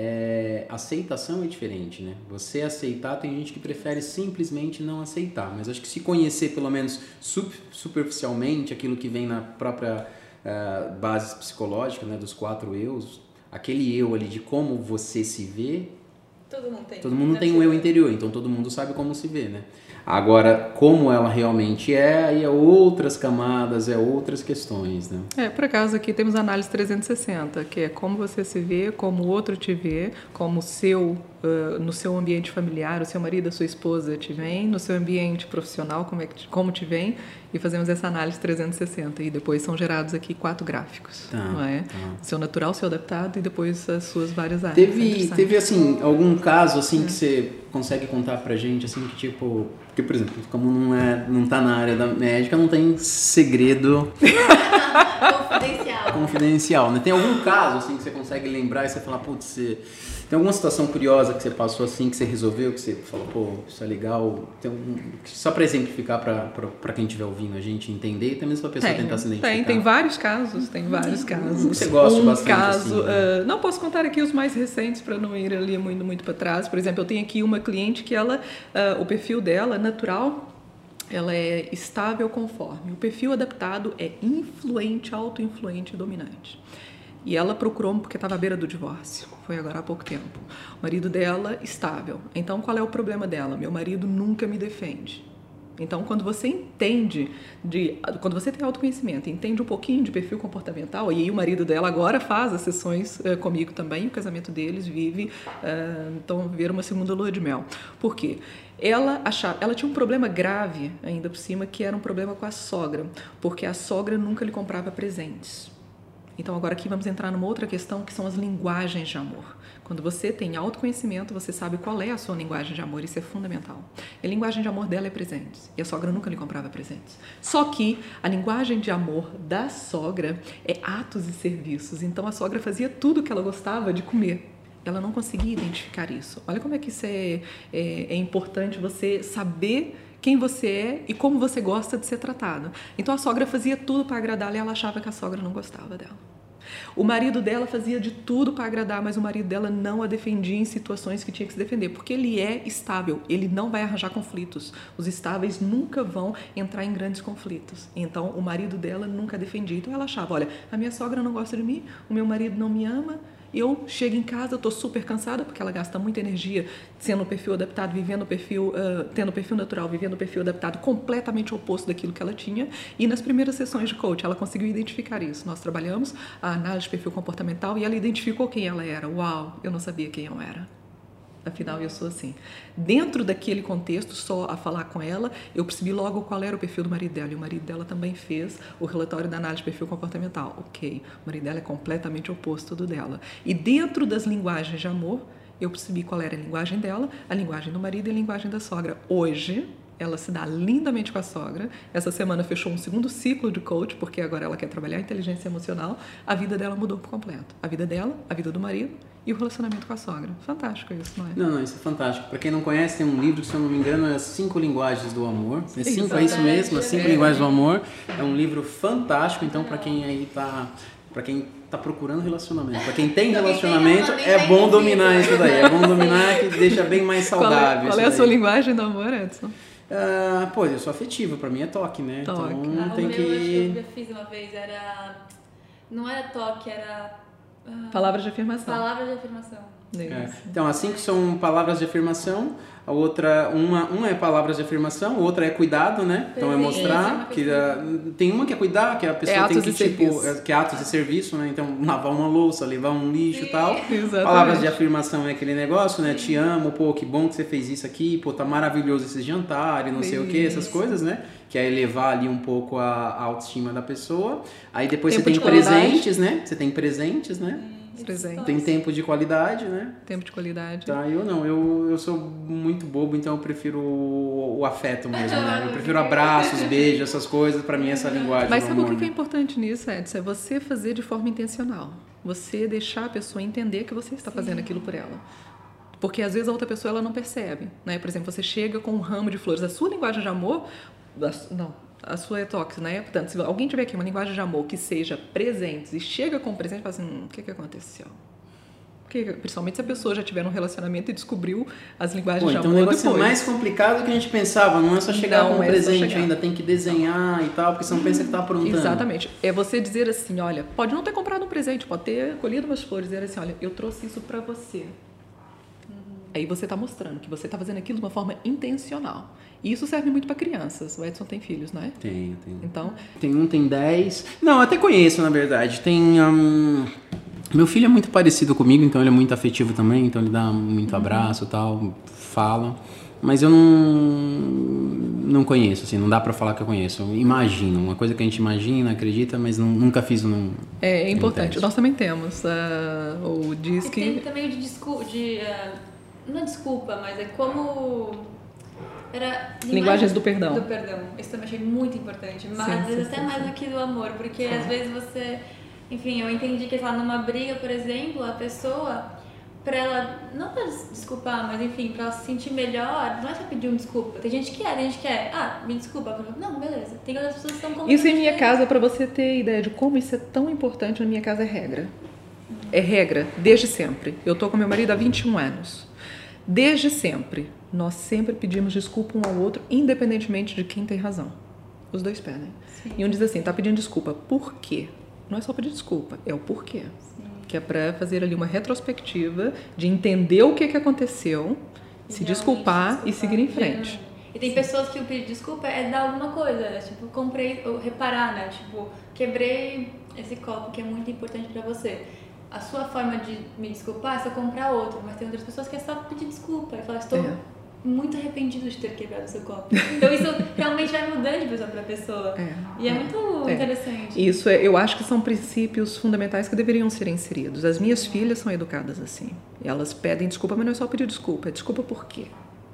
é, aceitação é diferente, né? Você aceitar, tem gente que prefere simplesmente não aceitar, mas acho que se conhecer pelo menos superficialmente aquilo que vem na própria uh, base psicológica, né, dos quatro eus, aquele eu ali de como você se vê, Todo mundo tem. Todo mundo tem um eu interior, então todo mundo sabe como se vê, né? Agora, como ela realmente é, aí é outras camadas, é outras questões, né? É, por acaso aqui temos análise trezentos e sessenta, que é como você se vê, como o outro te vê, como o seu, uh, no seu ambiente familiar, o seu marido, a sua esposa te vem, no seu ambiente profissional, como, é que te, como te vem, e fazemos essa análise trezentos e sessenta. E depois são gerados aqui quatro gráficos, tá, não é? Tá. O seu natural, o seu adaptado e depois as suas várias áreas. Teve, teve assim, algum caso assim que você consegue contar pra gente, assim, que tipo... Porque, por exemplo, como não, é, não tá na área da médica, não tem segredo... Confidencial. Confidencial, né? Tem algum caso, assim, que você consegue lembrar e você fala, putz, você... Tem alguma situação curiosa que você passou assim, que você resolveu, que você falou, pô, isso é legal. Tem um... Só para exemplificar para quem estiver ouvindo a gente entender e também para a pessoa tem, tentar se identificar. Tem, tem vários casos, tem vários casos. Você gosta um bastante caso, assim, né? uh, não posso contar aqui os mais recentes para não ir ali muito, muito para trás. Por exemplo, eu tenho aqui uma cliente que ela, uh, o perfil dela, natural, ela é estável conforme. O perfil adaptado é influente, autoinfluente e dominante. E ela procurou porque estava à beira do divórcio. Foi agora há pouco tempo. O marido dela, estável. Então, qual é o problema dela? Meu marido nunca me defende. Então, quando você entende, de, quando você tem autoconhecimento, entende um pouquinho de perfil comportamental, e aí o marido dela agora faz as sessões uh, comigo também, o casamento deles vive, uh, então, viver uma segunda lua de mel. Por quê? Ela, achava, ela tinha um problema grave ainda por cima, que era um problema com a sogra, porque a sogra nunca lhe comprava presentes. Então, agora aqui vamos entrar numa outra questão, que são as linguagens de amor. Quando você tem autoconhecimento, você sabe qual é a sua linguagem de amor, isso é fundamental. E a linguagem de amor dela é presentes, e a sogra nunca lhe comprava presentes. Só que a linguagem de amor da sogra é atos e serviços, então a sogra fazia tudo que ela gostava de comer. Ela não conseguia identificar isso. Olha como é que isso é, é, é importante você saber quem você é e como você gosta de ser tratado. Então a sogra fazia tudo para agradá-la e ela achava que a sogra não gostava dela. O marido dela fazia de tudo para agradar, mas o marido dela não a defendia em situações que tinha que se defender, porque ele é estável, ele não vai arranjar conflitos. Os estáveis nunca vão entrar em grandes conflitos. Então o marido dela nunca a defendia. Então ela achava, olha, a minha sogra não gosta de mim, o meu marido não me ama, eu chego em casa, eu estou super cansada, porque ela gasta muita energia sendo o perfil adaptado, vivendo o perfil, uh, tendo o perfil natural, vivendo o perfil adaptado completamente oposto daquilo que ela tinha. E nas primeiras sessões de coach, ela conseguiu identificar isso. Nós trabalhamos a análise de perfil comportamental e ela identificou quem ela era. Uau, eu não sabia quem eu era. Afinal, eu sou assim. Dentro daquele contexto, só a falar com ela, eu percebi logo qual era o perfil do marido dela. E o marido dela também fez o relatório da análise de perfil comportamental. Ok, o marido dela é completamente oposto do dela. E dentro das linguagens de amor, eu percebi qual era a linguagem dela, a linguagem do marido e a linguagem da sogra. Hoje, ela se dá lindamente com a sogra. Essa semana fechou um segundo ciclo de coach, porque agora ela quer trabalhar a inteligência emocional. A vida dela mudou por completo. A vida dela, a vida do marido e o relacionamento com a sogra. Fantástico isso, não é? Não, não, isso é fantástico. Para quem não conhece, tem um livro, se eu não me engano, é Cinco Linguagens do Amor. É cinco, é isso mesmo, As Cinco é. Linguagens do Amor. É um livro fantástico, então, para quem aí tá... Para quem tá procurando relacionamento, para quem tem relacionamento, é bom dominar isso daí. É bom dominar, que deixa bem mais saudável. Qual é, qual é a sua linguagem do amor, Edson? Uh, pô, eu sou afetivo, pra mim é toque, né? Toque. Então ah, tem o que... meu, eu já fiz uma vez, era... Não era toque, era... Uh... Palavras de afirmação. Palavras de afirmação. É. Então, as cinco são palavras de afirmação, a outra, uma, uma é palavras de afirmação, a outra é cuidado, né? Então é mostrar que uh, tem uma que é cuidar, que a pessoa é tem que tipo, serviço. que é atos de serviço, né? Então lavar uma louça, levar um lixo e tal. Exatamente. Palavras de afirmação é aquele negócio, né? Te amo, pô, que bom que você fez isso aqui, pô, tá maravilhoso esse jantar e não sei isso. o que, essas coisas, né? Que é elevar ali um pouco a, a autoestima da pessoa. Aí depois Tempo você tem presentes, né? Você tem presentes, né? Presente. Tem tempo de qualidade, né? Tempo de qualidade. Tá, eu não, eu, eu sou muito bobo, então eu prefiro o, o afeto mesmo, né? Eu prefiro abraços, beijos, essas coisas, pra mim essa linguagem. Mas sabe amor, o que né? é importante nisso, Edson? É você fazer de forma intencional. Você deixar a pessoa entender que você está Sim. fazendo aquilo por ela. Porque às vezes a outra pessoa ela não percebe, né? Por exemplo, você chega com um ramo de flores. A sua linguagem de amor... Não... A sua é tóxica, né? Portanto, se alguém tiver aqui uma linguagem de amor que seja presentes e chega com presente e fala assim, hum, o que que aconteceu? Porque, principalmente se a pessoa já tiver num relacionamento e descobriu as linguagens Pô, de então amor depois. Então o negócio é mais complicado do que a gente pensava. Não é só chegar não, com um é presente ainda, tem que desenhar e tal, porque você não pensa que tá aprontando. Exatamente. É você dizer assim, olha, pode não ter comprado um presente, pode ter colhido umas flores e dizer assim, olha, eu trouxe isso pra você. Aí você está mostrando que você está fazendo aquilo de uma forma intencional. E isso serve muito para crianças. O Edson tem filhos, não é? Tenho, tenho. Então... Tem um, tem dez. Não, até conheço, na verdade. Tem... Um... Meu filho é muito parecido comigo, então ele é muito afetivo também. Então ele dá muito abraço e tal, fala. Mas eu não... Não conheço, assim. Não dá pra falar que eu conheço. Eu imagino. Uma coisa que a gente imagina, acredita, mas não, nunca fiz um... É, é importante. Nós também temos. Uh, o diz que... E tem também de desculpa... De, uh, não é desculpa, mas é como... Era linguagens do perdão. Do perdão. Isso também achei muito importante. Mas sim, às vezes sim, até sim, mais sim. do que do amor. Porque sim. às vezes você... Enfim, eu entendi que lá numa briga, por exemplo, a pessoa, pra ela... Não pra desculpar, mas enfim, pra ela se sentir melhor, não é só pedir um desculpa. Tem gente que é, tem gente que é... Ah, me desculpa. Não, beleza. Tem outras pessoas que estão... Isso em minha casa, pra você ter ideia de como isso é tão importante, na minha casa é regra. É regra, desde sempre. Eu tô com meu marido há vinte e um anos. Desde sempre, nós sempre pedimos desculpa um ao outro, independentemente de quem tem razão. Os dois pedem. Sim. E um diz assim, tá pedindo desculpa. Por quê? Não é só pedir desculpa, é o porquê. Sim. Que é para fazer ali uma retrospectiva de entender o que, que aconteceu, e se desculpar, desculpar e seguir em frente. E tem Sim. pessoas que o pedir desculpa é dar alguma coisa, né? Tipo, comprei, ou reparar, né? Tipo, quebrei esse copo que é muito importante para você. A sua forma de me desculpar é só comprar outro, mas tem outras pessoas que é só pedir desculpa e falar, estou é. muito arrependido de ter quebrado o seu copo. Então isso realmente vai mudando de pessoa para pessoa. É. E é, é. muito é. interessante. Isso, é, eu acho que são princípios fundamentais que deveriam ser inseridos. As minhas filhas são educadas assim. Elas pedem desculpa, mas não é só pedir desculpa, é desculpa por quê?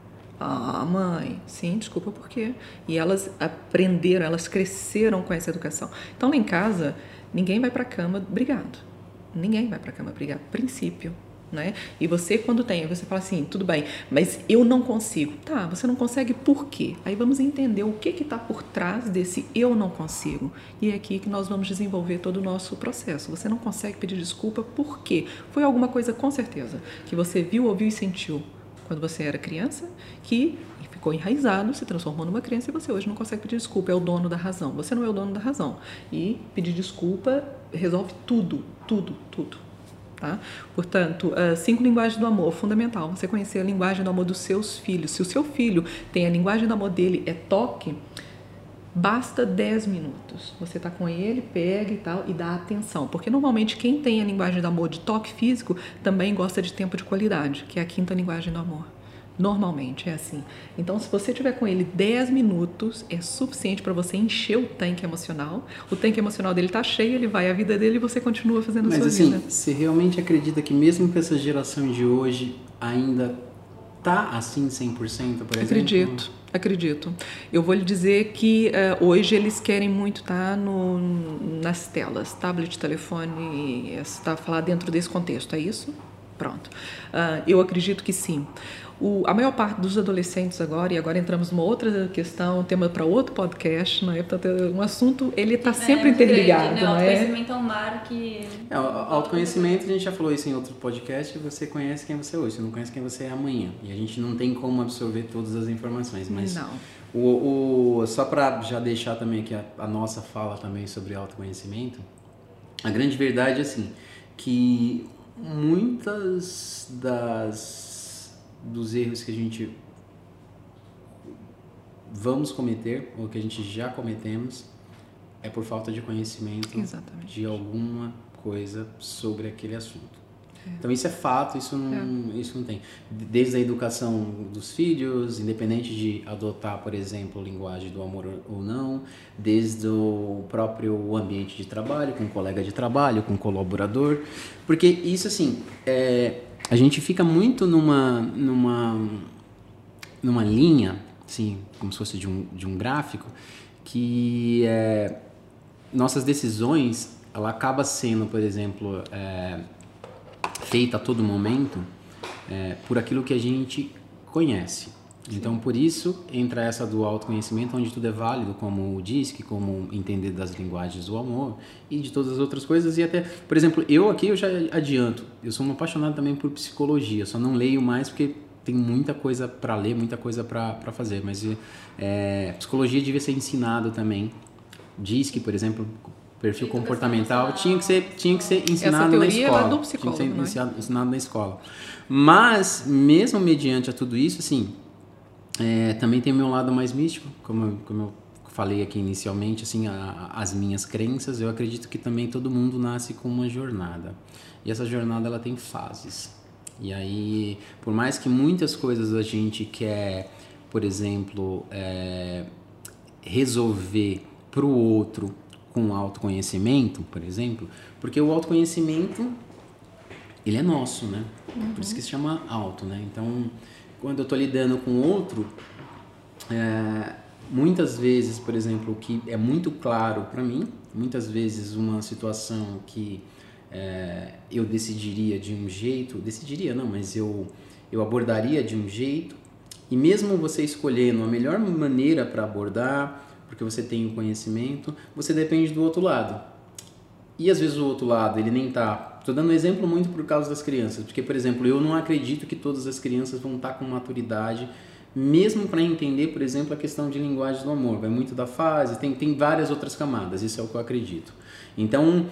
Ah, mãe, sim, desculpa por quê? E elas aprenderam, elas cresceram com essa educação. Então lá em casa, ninguém vai para a cama brigado. Ninguém vai para a cama brigar, princípio, né? E você quando tem, você fala assim, tudo bem, mas eu não consigo. Tá, você não consegue por quê? Aí vamos entender o que que está por trás desse eu não consigo. E é aqui que nós vamos desenvolver todo o nosso processo. Você não consegue pedir desculpa por quê? Foi alguma coisa com certeza que você viu, ouviu e sentiu quando você era criança, que ficou enraizado, se transformou numa criança e você hoje não consegue pedir desculpa, é o dono da razão. Você não é o dono da razão. E pedir desculpa resolve tudo, tudo, tudo. Tá? Portanto, uh, cinco linguagens do amor, fundamental. Você conhecer a linguagem do amor dos seus filhos. Se o seu filho tem a linguagem do amor dele, é toque, basta dez minutos. Você está com ele, pega e tal, e dá atenção. Porque normalmente quem tem a linguagem do amor de toque físico também gosta de tempo de qualidade, que é a quinta linguagem do amor. Normalmente é assim. Então, se você tiver com ele dez minutos, é suficiente para você encher o tanque emocional. O tanque emocional dele está cheio, ele vai à vida dele e você continua fazendo a sua Mas, assim, vida. você realmente acredita que mesmo com essa geração de hoje ainda tá assim cem por cento, por exemplo? Acredito, acredito. Eu vou lhe dizer que uh, hoje eles querem muito estar tá no, nas telas, tablet, telefone, está falar dentro desse contexto, é isso? Pronto. Uh, eu acredito que sim. O, a maior parte dos adolescentes agora, e agora entramos numa outra questão, tema para outro podcast, não é? Portanto, um assunto, ele está sempre é, interligado, grande, né? não é? O autoconhecimento é um mar que... É, o autoconhecimento, a gente já falou isso em outro podcast, você conhece quem você é hoje, você não conhece quem você é amanhã. E a gente não tem como absorver todas as informações, mas... Não. O, o, só para já deixar também aqui a, a nossa fala também sobre autoconhecimento, a grande verdade é assim, que muitas das... dos erros que a gente vamos cometer ou que a gente já cometemos é por falta de conhecimento Exatamente. de alguma coisa sobre aquele assunto. É. Então isso é fato, isso não, é. isso não tem. Desde a educação dos filhos, independente de adotar, por exemplo, linguagem do amor ou não, desde o próprio ambiente de trabalho, com um colega de trabalho, com um colaborador, porque isso assim, é, a gente fica muito numa, numa, numa linha, assim, como se fosse de um, de um gráfico, que é, nossas decisões, ela acaba sendo, por exemplo, é, feita a todo momento é, por aquilo que a gente conhece. Então, por isso, entra essa do autoconhecimento, onde tudo é válido, como o D I S C, como entender das linguagens do amor e de todas as outras coisas. E até, por exemplo, eu aqui, eu já adianto, eu sou um apaixonado também por psicologia, só não leio mais porque tem muita coisa para ler, muita coisa para fazer, mas é, psicologia devia ser ensinado também. D I S C, por exemplo, perfil comportamental tinha que ser, tinha que ser ensinado Essa teoria na escola. É do psicólogo, tinha que ser não é? ensinado, ensinado na escola. Mas, mesmo mediante a tudo isso, assim, é, também tem o meu lado mais místico, como, eu- como eu falei aqui inicialmente, assim, a- as minhas crenças. Eu acredito que também todo mundo nasce com uma jornada. E essa jornada, ela tem fases. E aí, por mais que muitas coisas a gente quer, por exemplo, é, resolver para o outro com autoconhecimento, por exemplo, porque o autoconhecimento, ele é nosso, né? Uhum. Por isso que se chama auto, né? Então, quando eu estou lidando com o outro, é, muitas vezes, por exemplo, o que é muito claro para mim, muitas vezes uma situação que é, eu decidiria de um jeito, decidiria não, mas eu, eu abordaria de um jeito, e mesmo você escolhendo a melhor maneira para abordar, porque você tem o conhecimento, você depende do outro lado. E às vezes o outro lado, ele nem tá... Estou dando um exemplo muito por causa das crianças, porque, por exemplo, eu não acredito que todas as crianças vão estar com maturidade, mesmo para entender, por exemplo, a questão de linguagem do amor. Vai muito da fase, tem, tem várias outras camadas, isso é o que eu acredito. Então,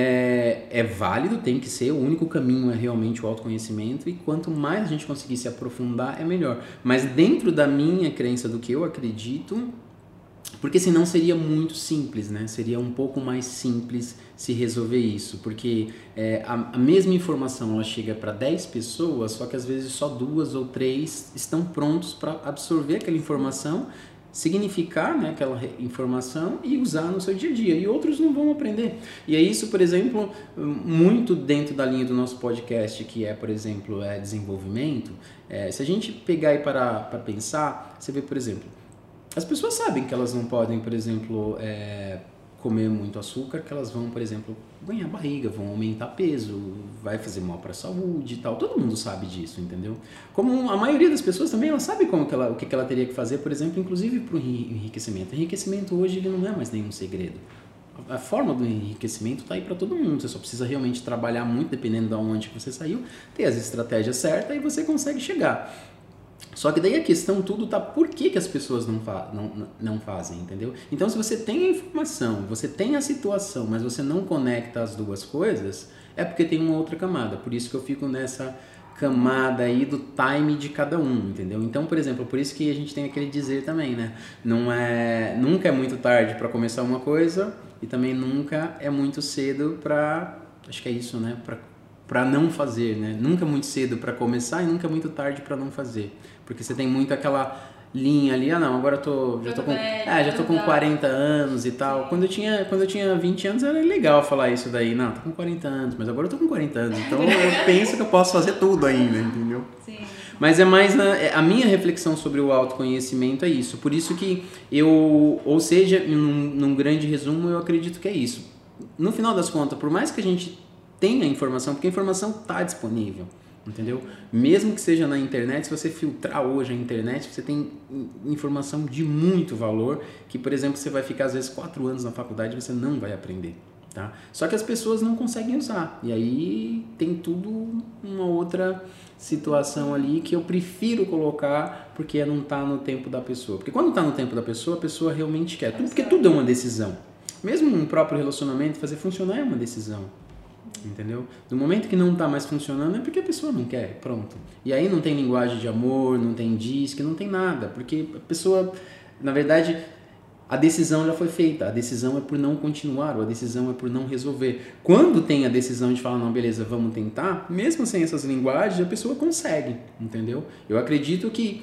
é, é válido, tem que ser, o único caminho é realmente o autoconhecimento, e quanto mais a gente conseguir se aprofundar, é melhor. Mas dentro da minha crença, do que eu acredito... Porque senão seria muito simples, né? Seria um pouco mais simples se resolver isso. Porque é, a, a mesma informação ela chega para dez pessoas, só que às vezes só duas ou três estão prontos para absorver aquela informação, significar, né, aquela informação e usar no seu dia a dia. E outros não vão aprender. E é isso, por exemplo, muito dentro da linha do nosso podcast, que é, por exemplo, é desenvolvimento. É, se a gente pegar e parar para pensar, você vê, por exemplo... As pessoas sabem que elas não podem, por exemplo, é, comer muito açúcar, que elas vão, por exemplo, ganhar barriga, vão aumentar peso, vai fazer mal para a saúde e tal. Todo mundo sabe disso, entendeu? Como a maioria das pessoas também, ela sabe como que ela, o que ela teria que fazer, por exemplo, inclusive para o enriquecimento. O enriquecimento hoje ele não é mais nenhum segredo. A forma do enriquecimento está aí para todo mundo. Você só precisa realmente trabalhar muito, dependendo de onde você saiu, ter as estratégias certas e você consegue chegar. Só que daí a questão tudo tá por que, que as pessoas não, fa não, não fazem, entendeu? Então, se você tem a informação, você tem a situação, mas você não conecta as duas coisas, é porque tem uma outra camada. Por isso que eu fico nessa camada aí do time de cada um, entendeu? Então, por exemplo, por isso que a gente tem aquele dizer também, né? Não é, nunca é muito tarde para começar uma coisa e também nunca é muito cedo para, acho que é isso, né? Pra, para não fazer, né? Nunca é muito cedo para começar e nunca é muito tarde para não fazer. Porque você tem muito aquela linha ali, ah não, agora eu tô, já tô com, é, já tô com quarenta anos e tal. Quando eu tinha, quando eu tinha vinte anos era legal falar isso daí, não, tô com quarenta anos, mas agora eu tô com quarenta anos, então eu penso que eu posso fazer tudo ainda, entendeu? Sim. Mas é mais na, a minha reflexão sobre o autoconhecimento é isso. Por isso que eu, ou seja, num, num grande resumo, eu acredito que é isso. No final das contas, por mais que a gente tenha informação, porque a informação está disponível, entendeu? Mesmo que seja na internet, se você filtrar hoje a internet, você tem informação de muito valor, que, por exemplo, você vai ficar às vezes quatro anos na faculdade e você não vai aprender, tá? Só que as pessoas não conseguem usar, e aí tem tudo uma outra situação ali que eu prefiro colocar porque não está no tempo da pessoa. Porque quando está no tempo da pessoa, a pessoa realmente quer, porque tudo é uma decisão. Mesmo um próprio relacionamento, fazer funcionar é uma decisão. Entendeu? No momento que não está mais funcionando é porque a pessoa não quer, pronto. E aí não tem linguagem de amor, não tem disque, não tem nada, porque a pessoa, na verdade, a decisão já foi feita, a decisão é por não continuar, ou a decisão é por não resolver. Quando tem a decisão de falar, não, beleza, vamos tentar, mesmo sem essas linguagens, a pessoa consegue, entendeu? Eu acredito que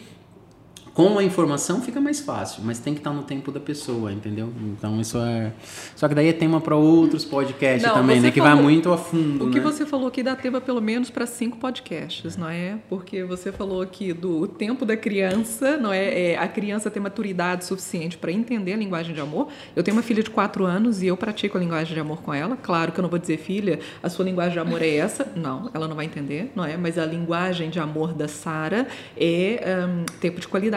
com a informação fica mais fácil, mas tem que estar no tempo da pessoa, entendeu? Então isso é... Só que daí é tema para outros podcasts não, também, né? Que falou... vai muito a fundo, O que né? você falou aqui dá tema pelo menos para cinco podcasts, é. não é? Porque você falou aqui do tempo da criança, não é? é a criança ter maturidade suficiente para entender a linguagem de amor. Eu tenho uma filha de quatro anos e eu pratico a linguagem de amor com ela. Claro que eu não vou dizer, filha, a sua linguagem de amor é essa. Não, ela não vai entender, não é? Mas a linguagem de amor da Sara é um, tempo de qualidade.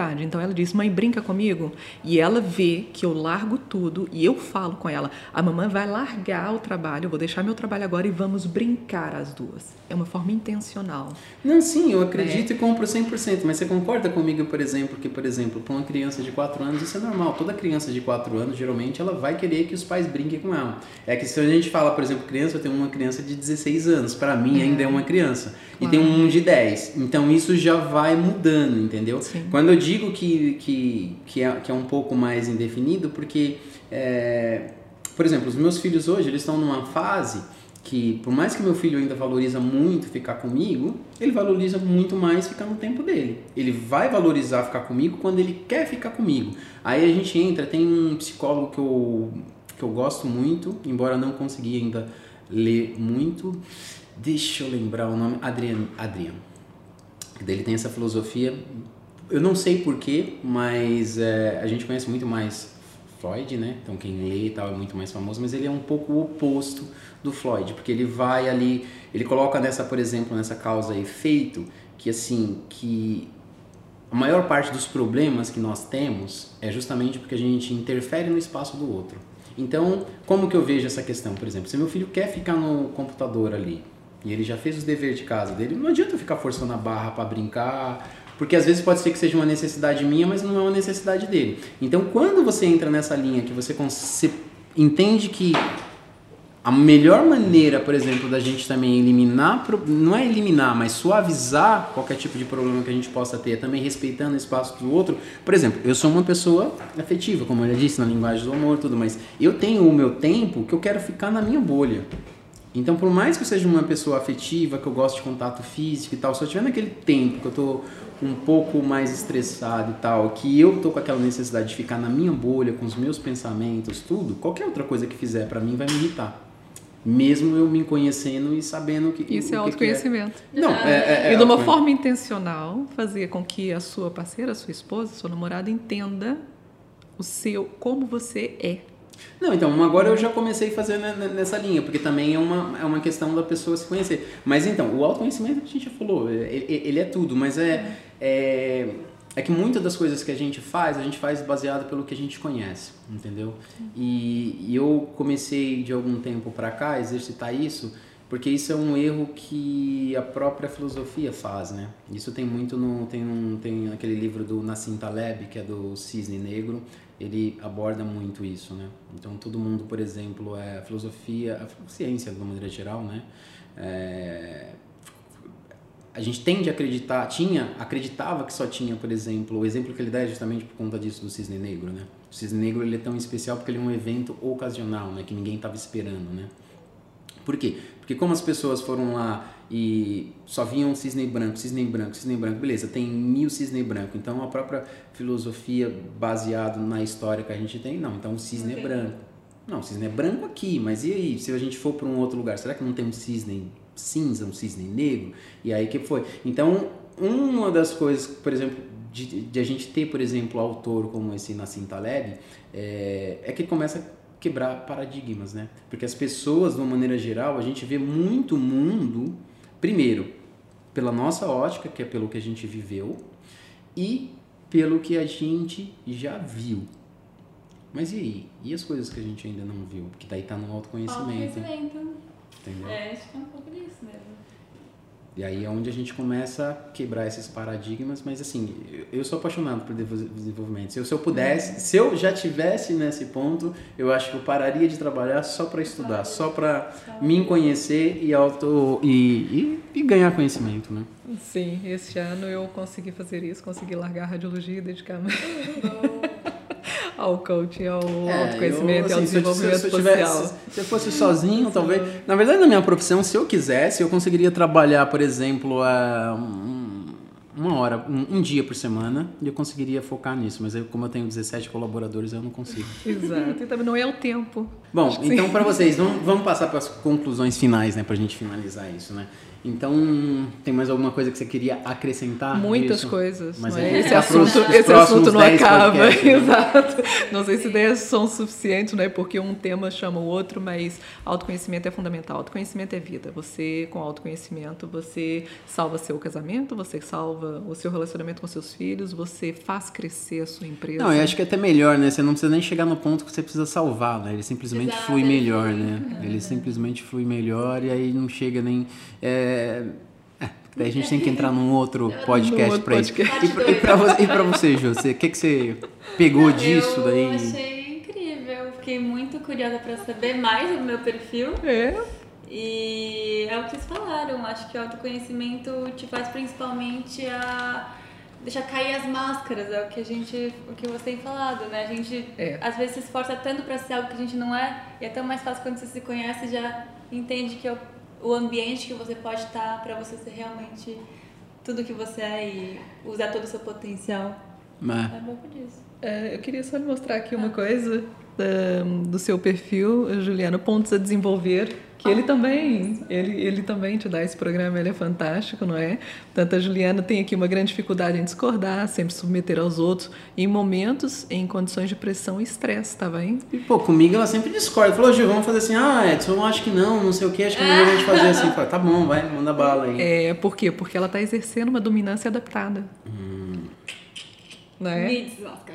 prioridade. Então ela diz, mãe, brinca comigo. E ela vê que eu largo tudo e eu falo com ela, a mamãe vai largar o trabalho, eu vou deixar meu trabalho agora e vamos brincar as duas. É uma forma intencional. Não, sim, eu acredito é. e compro cem por cento, mas você concorda comigo, por exemplo, que, por exemplo, para uma criança de quatro anos isso é normal. Toda criança de quatro anos, geralmente, ela vai querer que os pais brinquem com ela. É que se a gente fala, por exemplo, criança, eu tenho uma criança de dezesseis anos, para mim é. ainda é uma criança. Claro. E tem um de dez. Então isso já vai mudando, entendeu? Sim. Quando eu digo que, que, que, é, que é um pouco mais indefinido, porque, é, por exemplo, os meus filhos hoje, eles estão numa fase que, por mais que meu filho ainda valoriza muito ficar comigo, ele valoriza muito mais ficar no tempo dele. Ele vai valorizar ficar comigo quando ele quer ficar comigo. Aí a gente entra, tem um psicólogo que eu, que eu gosto muito, embora não consegui ainda ler muito, deixa eu lembrar o nome, Adriano, Adriano. Ele tem essa filosofia, eu não sei porquê, mas é, a gente conhece muito mais Freud, né? Então quem lê e tal é muito mais famoso, mas ele é um pouco o oposto do Freud, porque ele vai ali, ele coloca nessa, por exemplo, nessa causa e efeito, que assim, que a maior parte dos problemas que nós temos é justamente porque a gente interfere no espaço do outro. Então, como que eu vejo essa questão? Por exemplo, se meu filho quer ficar no computador ali, e ele já fez os deveres de casa dele, não adianta eu ficar forçando a barra para brincar, porque às vezes pode ser que seja uma necessidade minha, mas não é uma necessidade dele. Então, quando você entra nessa linha que você, você entende que a melhor maneira, por exemplo, da gente também eliminar, não é eliminar, mas suavizar qualquer tipo de problema que a gente possa ter, também respeitando o espaço do outro. Por exemplo, eu sou uma pessoa afetiva, como eu já disse, na linguagem do amor, tudo, mas eu tenho o meu tempo que eu quero ficar na minha bolha. Então, por mais que eu seja uma pessoa afetiva, que eu gosto de contato físico e tal, se eu tiver naquele tempo que eu tô um pouco mais estressado e tal, que eu tô com aquela necessidade de ficar na minha bolha, com os meus pensamentos, tudo, qualquer outra coisa que fizer pra mim vai me irritar. Mesmo eu me conhecendo e sabendo que... Isso o é autoconhecimento. Que é. Não, é, é, é e de uma forma intencional, fazer com que a sua parceira, a sua esposa, a sua namorada entenda o seu, como você é. Não, então, agora eu já comecei a fazer nessa linha, porque também é uma, é uma questão da pessoa se conhecer. Mas então, o autoconhecimento que a gente já falou, ele, ele é tudo, mas é, é, é que muitas das coisas que a gente faz, a gente faz baseado pelo que a gente conhece, entendeu? E, e eu comecei de algum tempo pra cá a exercitar isso, porque isso é um erro que a própria filosofia faz, né? Isso tem muito no... Tem, um, tem aquele livro do Nassim Taleb, que é do Cisne Negro, ele aborda muito isso, né? Então, todo mundo, por exemplo, é a filosofia, a ciência, de uma maneira geral, né? É, a gente tende a acreditar, tinha, acreditava que só tinha, por exemplo, o exemplo que ele dá é justamente por conta disso do Cisne Negro, né? O Cisne Negro, ele é tão especial porque ele é um evento ocasional, né? Que ninguém estava esperando, né? Por quê? Porque como as pessoas foram lá e só viam cisne branco, cisne branco, cisne branco, beleza, tem mil cisne branco, então a própria filosofia baseada na história que a gente tem, não, então o cisne okay. é branco. Não, o cisne é branco aqui, mas e aí, se a gente for para um outro lugar, será que não tem um cisne cinza, um cisne negro? E aí que foi? Então, uma das coisas, por exemplo, de, de a gente ter, por exemplo, autor como esse Nassim Taleb, é, é que ele começa a quebrar paradigmas, né? Porque as pessoas, de uma maneira geral, a gente vê muito mundo, primeiro, pela nossa ótica, que é pelo que a gente viveu, e pelo que a gente já viu. Mas e aí? E as coisas que a gente ainda não viu? Porque daí tá no autoconhecimento. Autoconhecimento. Entendeu? É, acho que é um pouco disso mesmo. E aí é onde a gente começa a quebrar esses paradigmas, mas assim, eu sou apaixonado por desenvolvimento. Se eu, se eu pudesse, se eu já tivesse nesse ponto, eu acho que eu pararia de trabalhar só para estudar, só para me conhecer e, auto, e, e, e ganhar conhecimento, né? Sim, esse ano eu consegui fazer isso, consegui largar a radiologia e dedicar mais ao coaching, ao é, autoconhecimento eu, assim, e ao desenvolvimento se eu, se eu social. Tivesse, se eu fosse sozinho, talvez... Na verdade, na minha profissão, se eu quisesse, eu conseguiria trabalhar, por exemplo, um, uma hora, um, um dia por semana, e eu conseguiria focar nisso. Mas eu, como eu tenho dezessete colaboradores, eu não consigo. Exato. E também não é o tempo. Bom, então para vocês, vamos, vamos passar para as conclusões finais, né? Para a gente finalizar isso, né? Então, tem mais alguma coisa que você queria acrescentar? Muitas disso? coisas. Mas não é? é Esse assunto, esse assunto não acaba. Exato. Não sei se ideias são suficientes, né? Porque um tema chama o outro, mas autoconhecimento é fundamental. Autoconhecimento é vida. Você, com autoconhecimento, você salva seu casamento, você salva o seu relacionamento com seus filhos, você faz crescer a sua empresa. Não, eu acho que é até melhor, né? Você não precisa nem chegar no ponto que você precisa salvar, né? Ele simplesmente Exato, flui melhor, né? Ele simplesmente flui melhor e aí não chega nem... É... É, daí a gente tem que entrar num outro podcast para isso. E pra, e, pra você, e pra você, Ju, o que, que você pegou disso daí? Eu achei incrível, fiquei muito curiosa para saber mais do meu perfil. É. E é o que vocês falaram, acho que o autoconhecimento te faz principalmente a deixar cair as máscaras, é o que a gente, o que você tem falado, né? A gente é. às vezes se esforça tanto para ser algo que a gente não é, e é tão mais fácil quando você se conhece e já entende que é o o ambiente que você pode estar para você ser realmente tudo que você é e usar todo o seu potencial. Mas... É pouco disso. É, eu queria só lhe mostrar aqui uma coisa um, do seu perfil, Juliana, pontos a desenvolver, que ele também, ele, ele também te dá esse programa, ele é fantástico, não é? Portanto, a Juliana tem aqui uma grande dificuldade em discordar, sempre submeter aos outros, em momentos, em condições de pressão e estresse, tá bem? E, pô, comigo ela sempre discorda. Falou, Gil, vamos fazer assim, ah, Edson, eu acho que não, não sei o que, acho que é melhor a gente fazer assim. Fala, tá bom, vai, manda bala aí. É, por quê? Porque ela tá exercendo uma dominância adaptada. Hum. Não é? Me deslasca.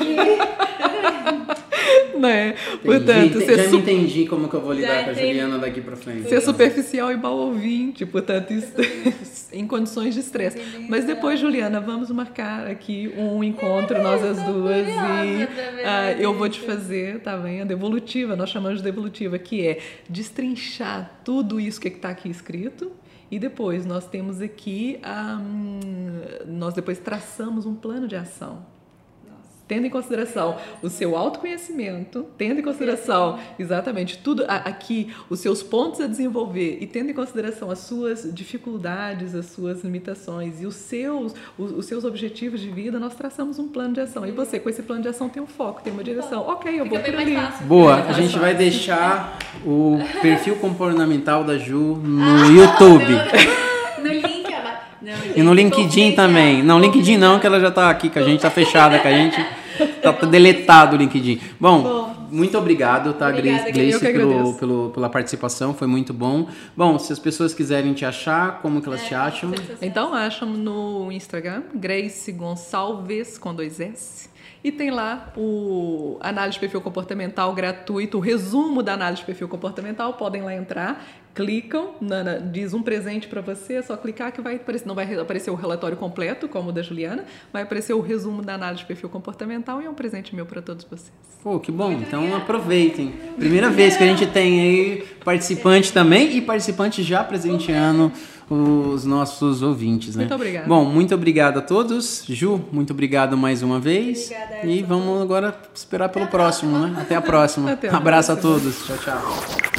Não é? Entendi, portanto, já ser me su... entendi como que eu vou lidar já com a entendi. Juliana daqui pra frente. Ser superficial e mal ouvinte, portanto, isso, em condições de estresse. Mas depois, Juliana, vamos marcar aqui um encontro, nós as duas, e ah, eu vou te fazer, tá vendo? Devolutiva, nós chamamos de devolutiva, que é destrinchar tudo isso que está aqui escrito. E depois nós temos aqui, um, nós depois traçamos um plano de ação. Tendo em consideração o seu autoconhecimento, tendo em consideração exatamente tudo aqui, os seus pontos a desenvolver e tendo em consideração as suas dificuldades, as suas limitações e os seus, os, os seus objetivos de vida, nós traçamos um plano de ação. E você, com esse plano de ação, tem um foco, tem uma direção. Ok, eu vou por ali. Boa, a gente vai deixar o perfil comportamental da Ju no YouTube. No link Não, e no LinkedIn também. Não, LinkedIn não, que ela já tá aqui, que a gente tá fechada, que a gente tá deletado o LinkedIn. Bom, bom muito obrigado, tá, Obrigada, Gleice, pelo, pelo, pela participação, foi muito bom. Bom, se as pessoas quiserem te achar, como que elas é, te acham? Então, acham no Instagram, Grace Gonçalves, com dois S. E tem lá o análise de perfil comportamental gratuito, o resumo da análise de perfil comportamental, podem lá entrar, clicam, na, na, diz um presente para você, é só clicar que vai aparecer, não vai aparecer o relatório completo, como o da Juliana, vai aparecer o resumo da análise de perfil comportamental e é um presente meu para todos vocês. Pô, que bom, então aproveitem. Primeira vez que a gente tem aí participante também e participante já presenteando os nossos ouvintes, né? Muito obrigada. Bom, muito obrigado a todos. Ju, muito obrigado mais uma vez. Obrigada, e vamos agora esperar pelo próximo, né? Até a próxima. Até a Abraço próxima. a todos. Tchau, tchau.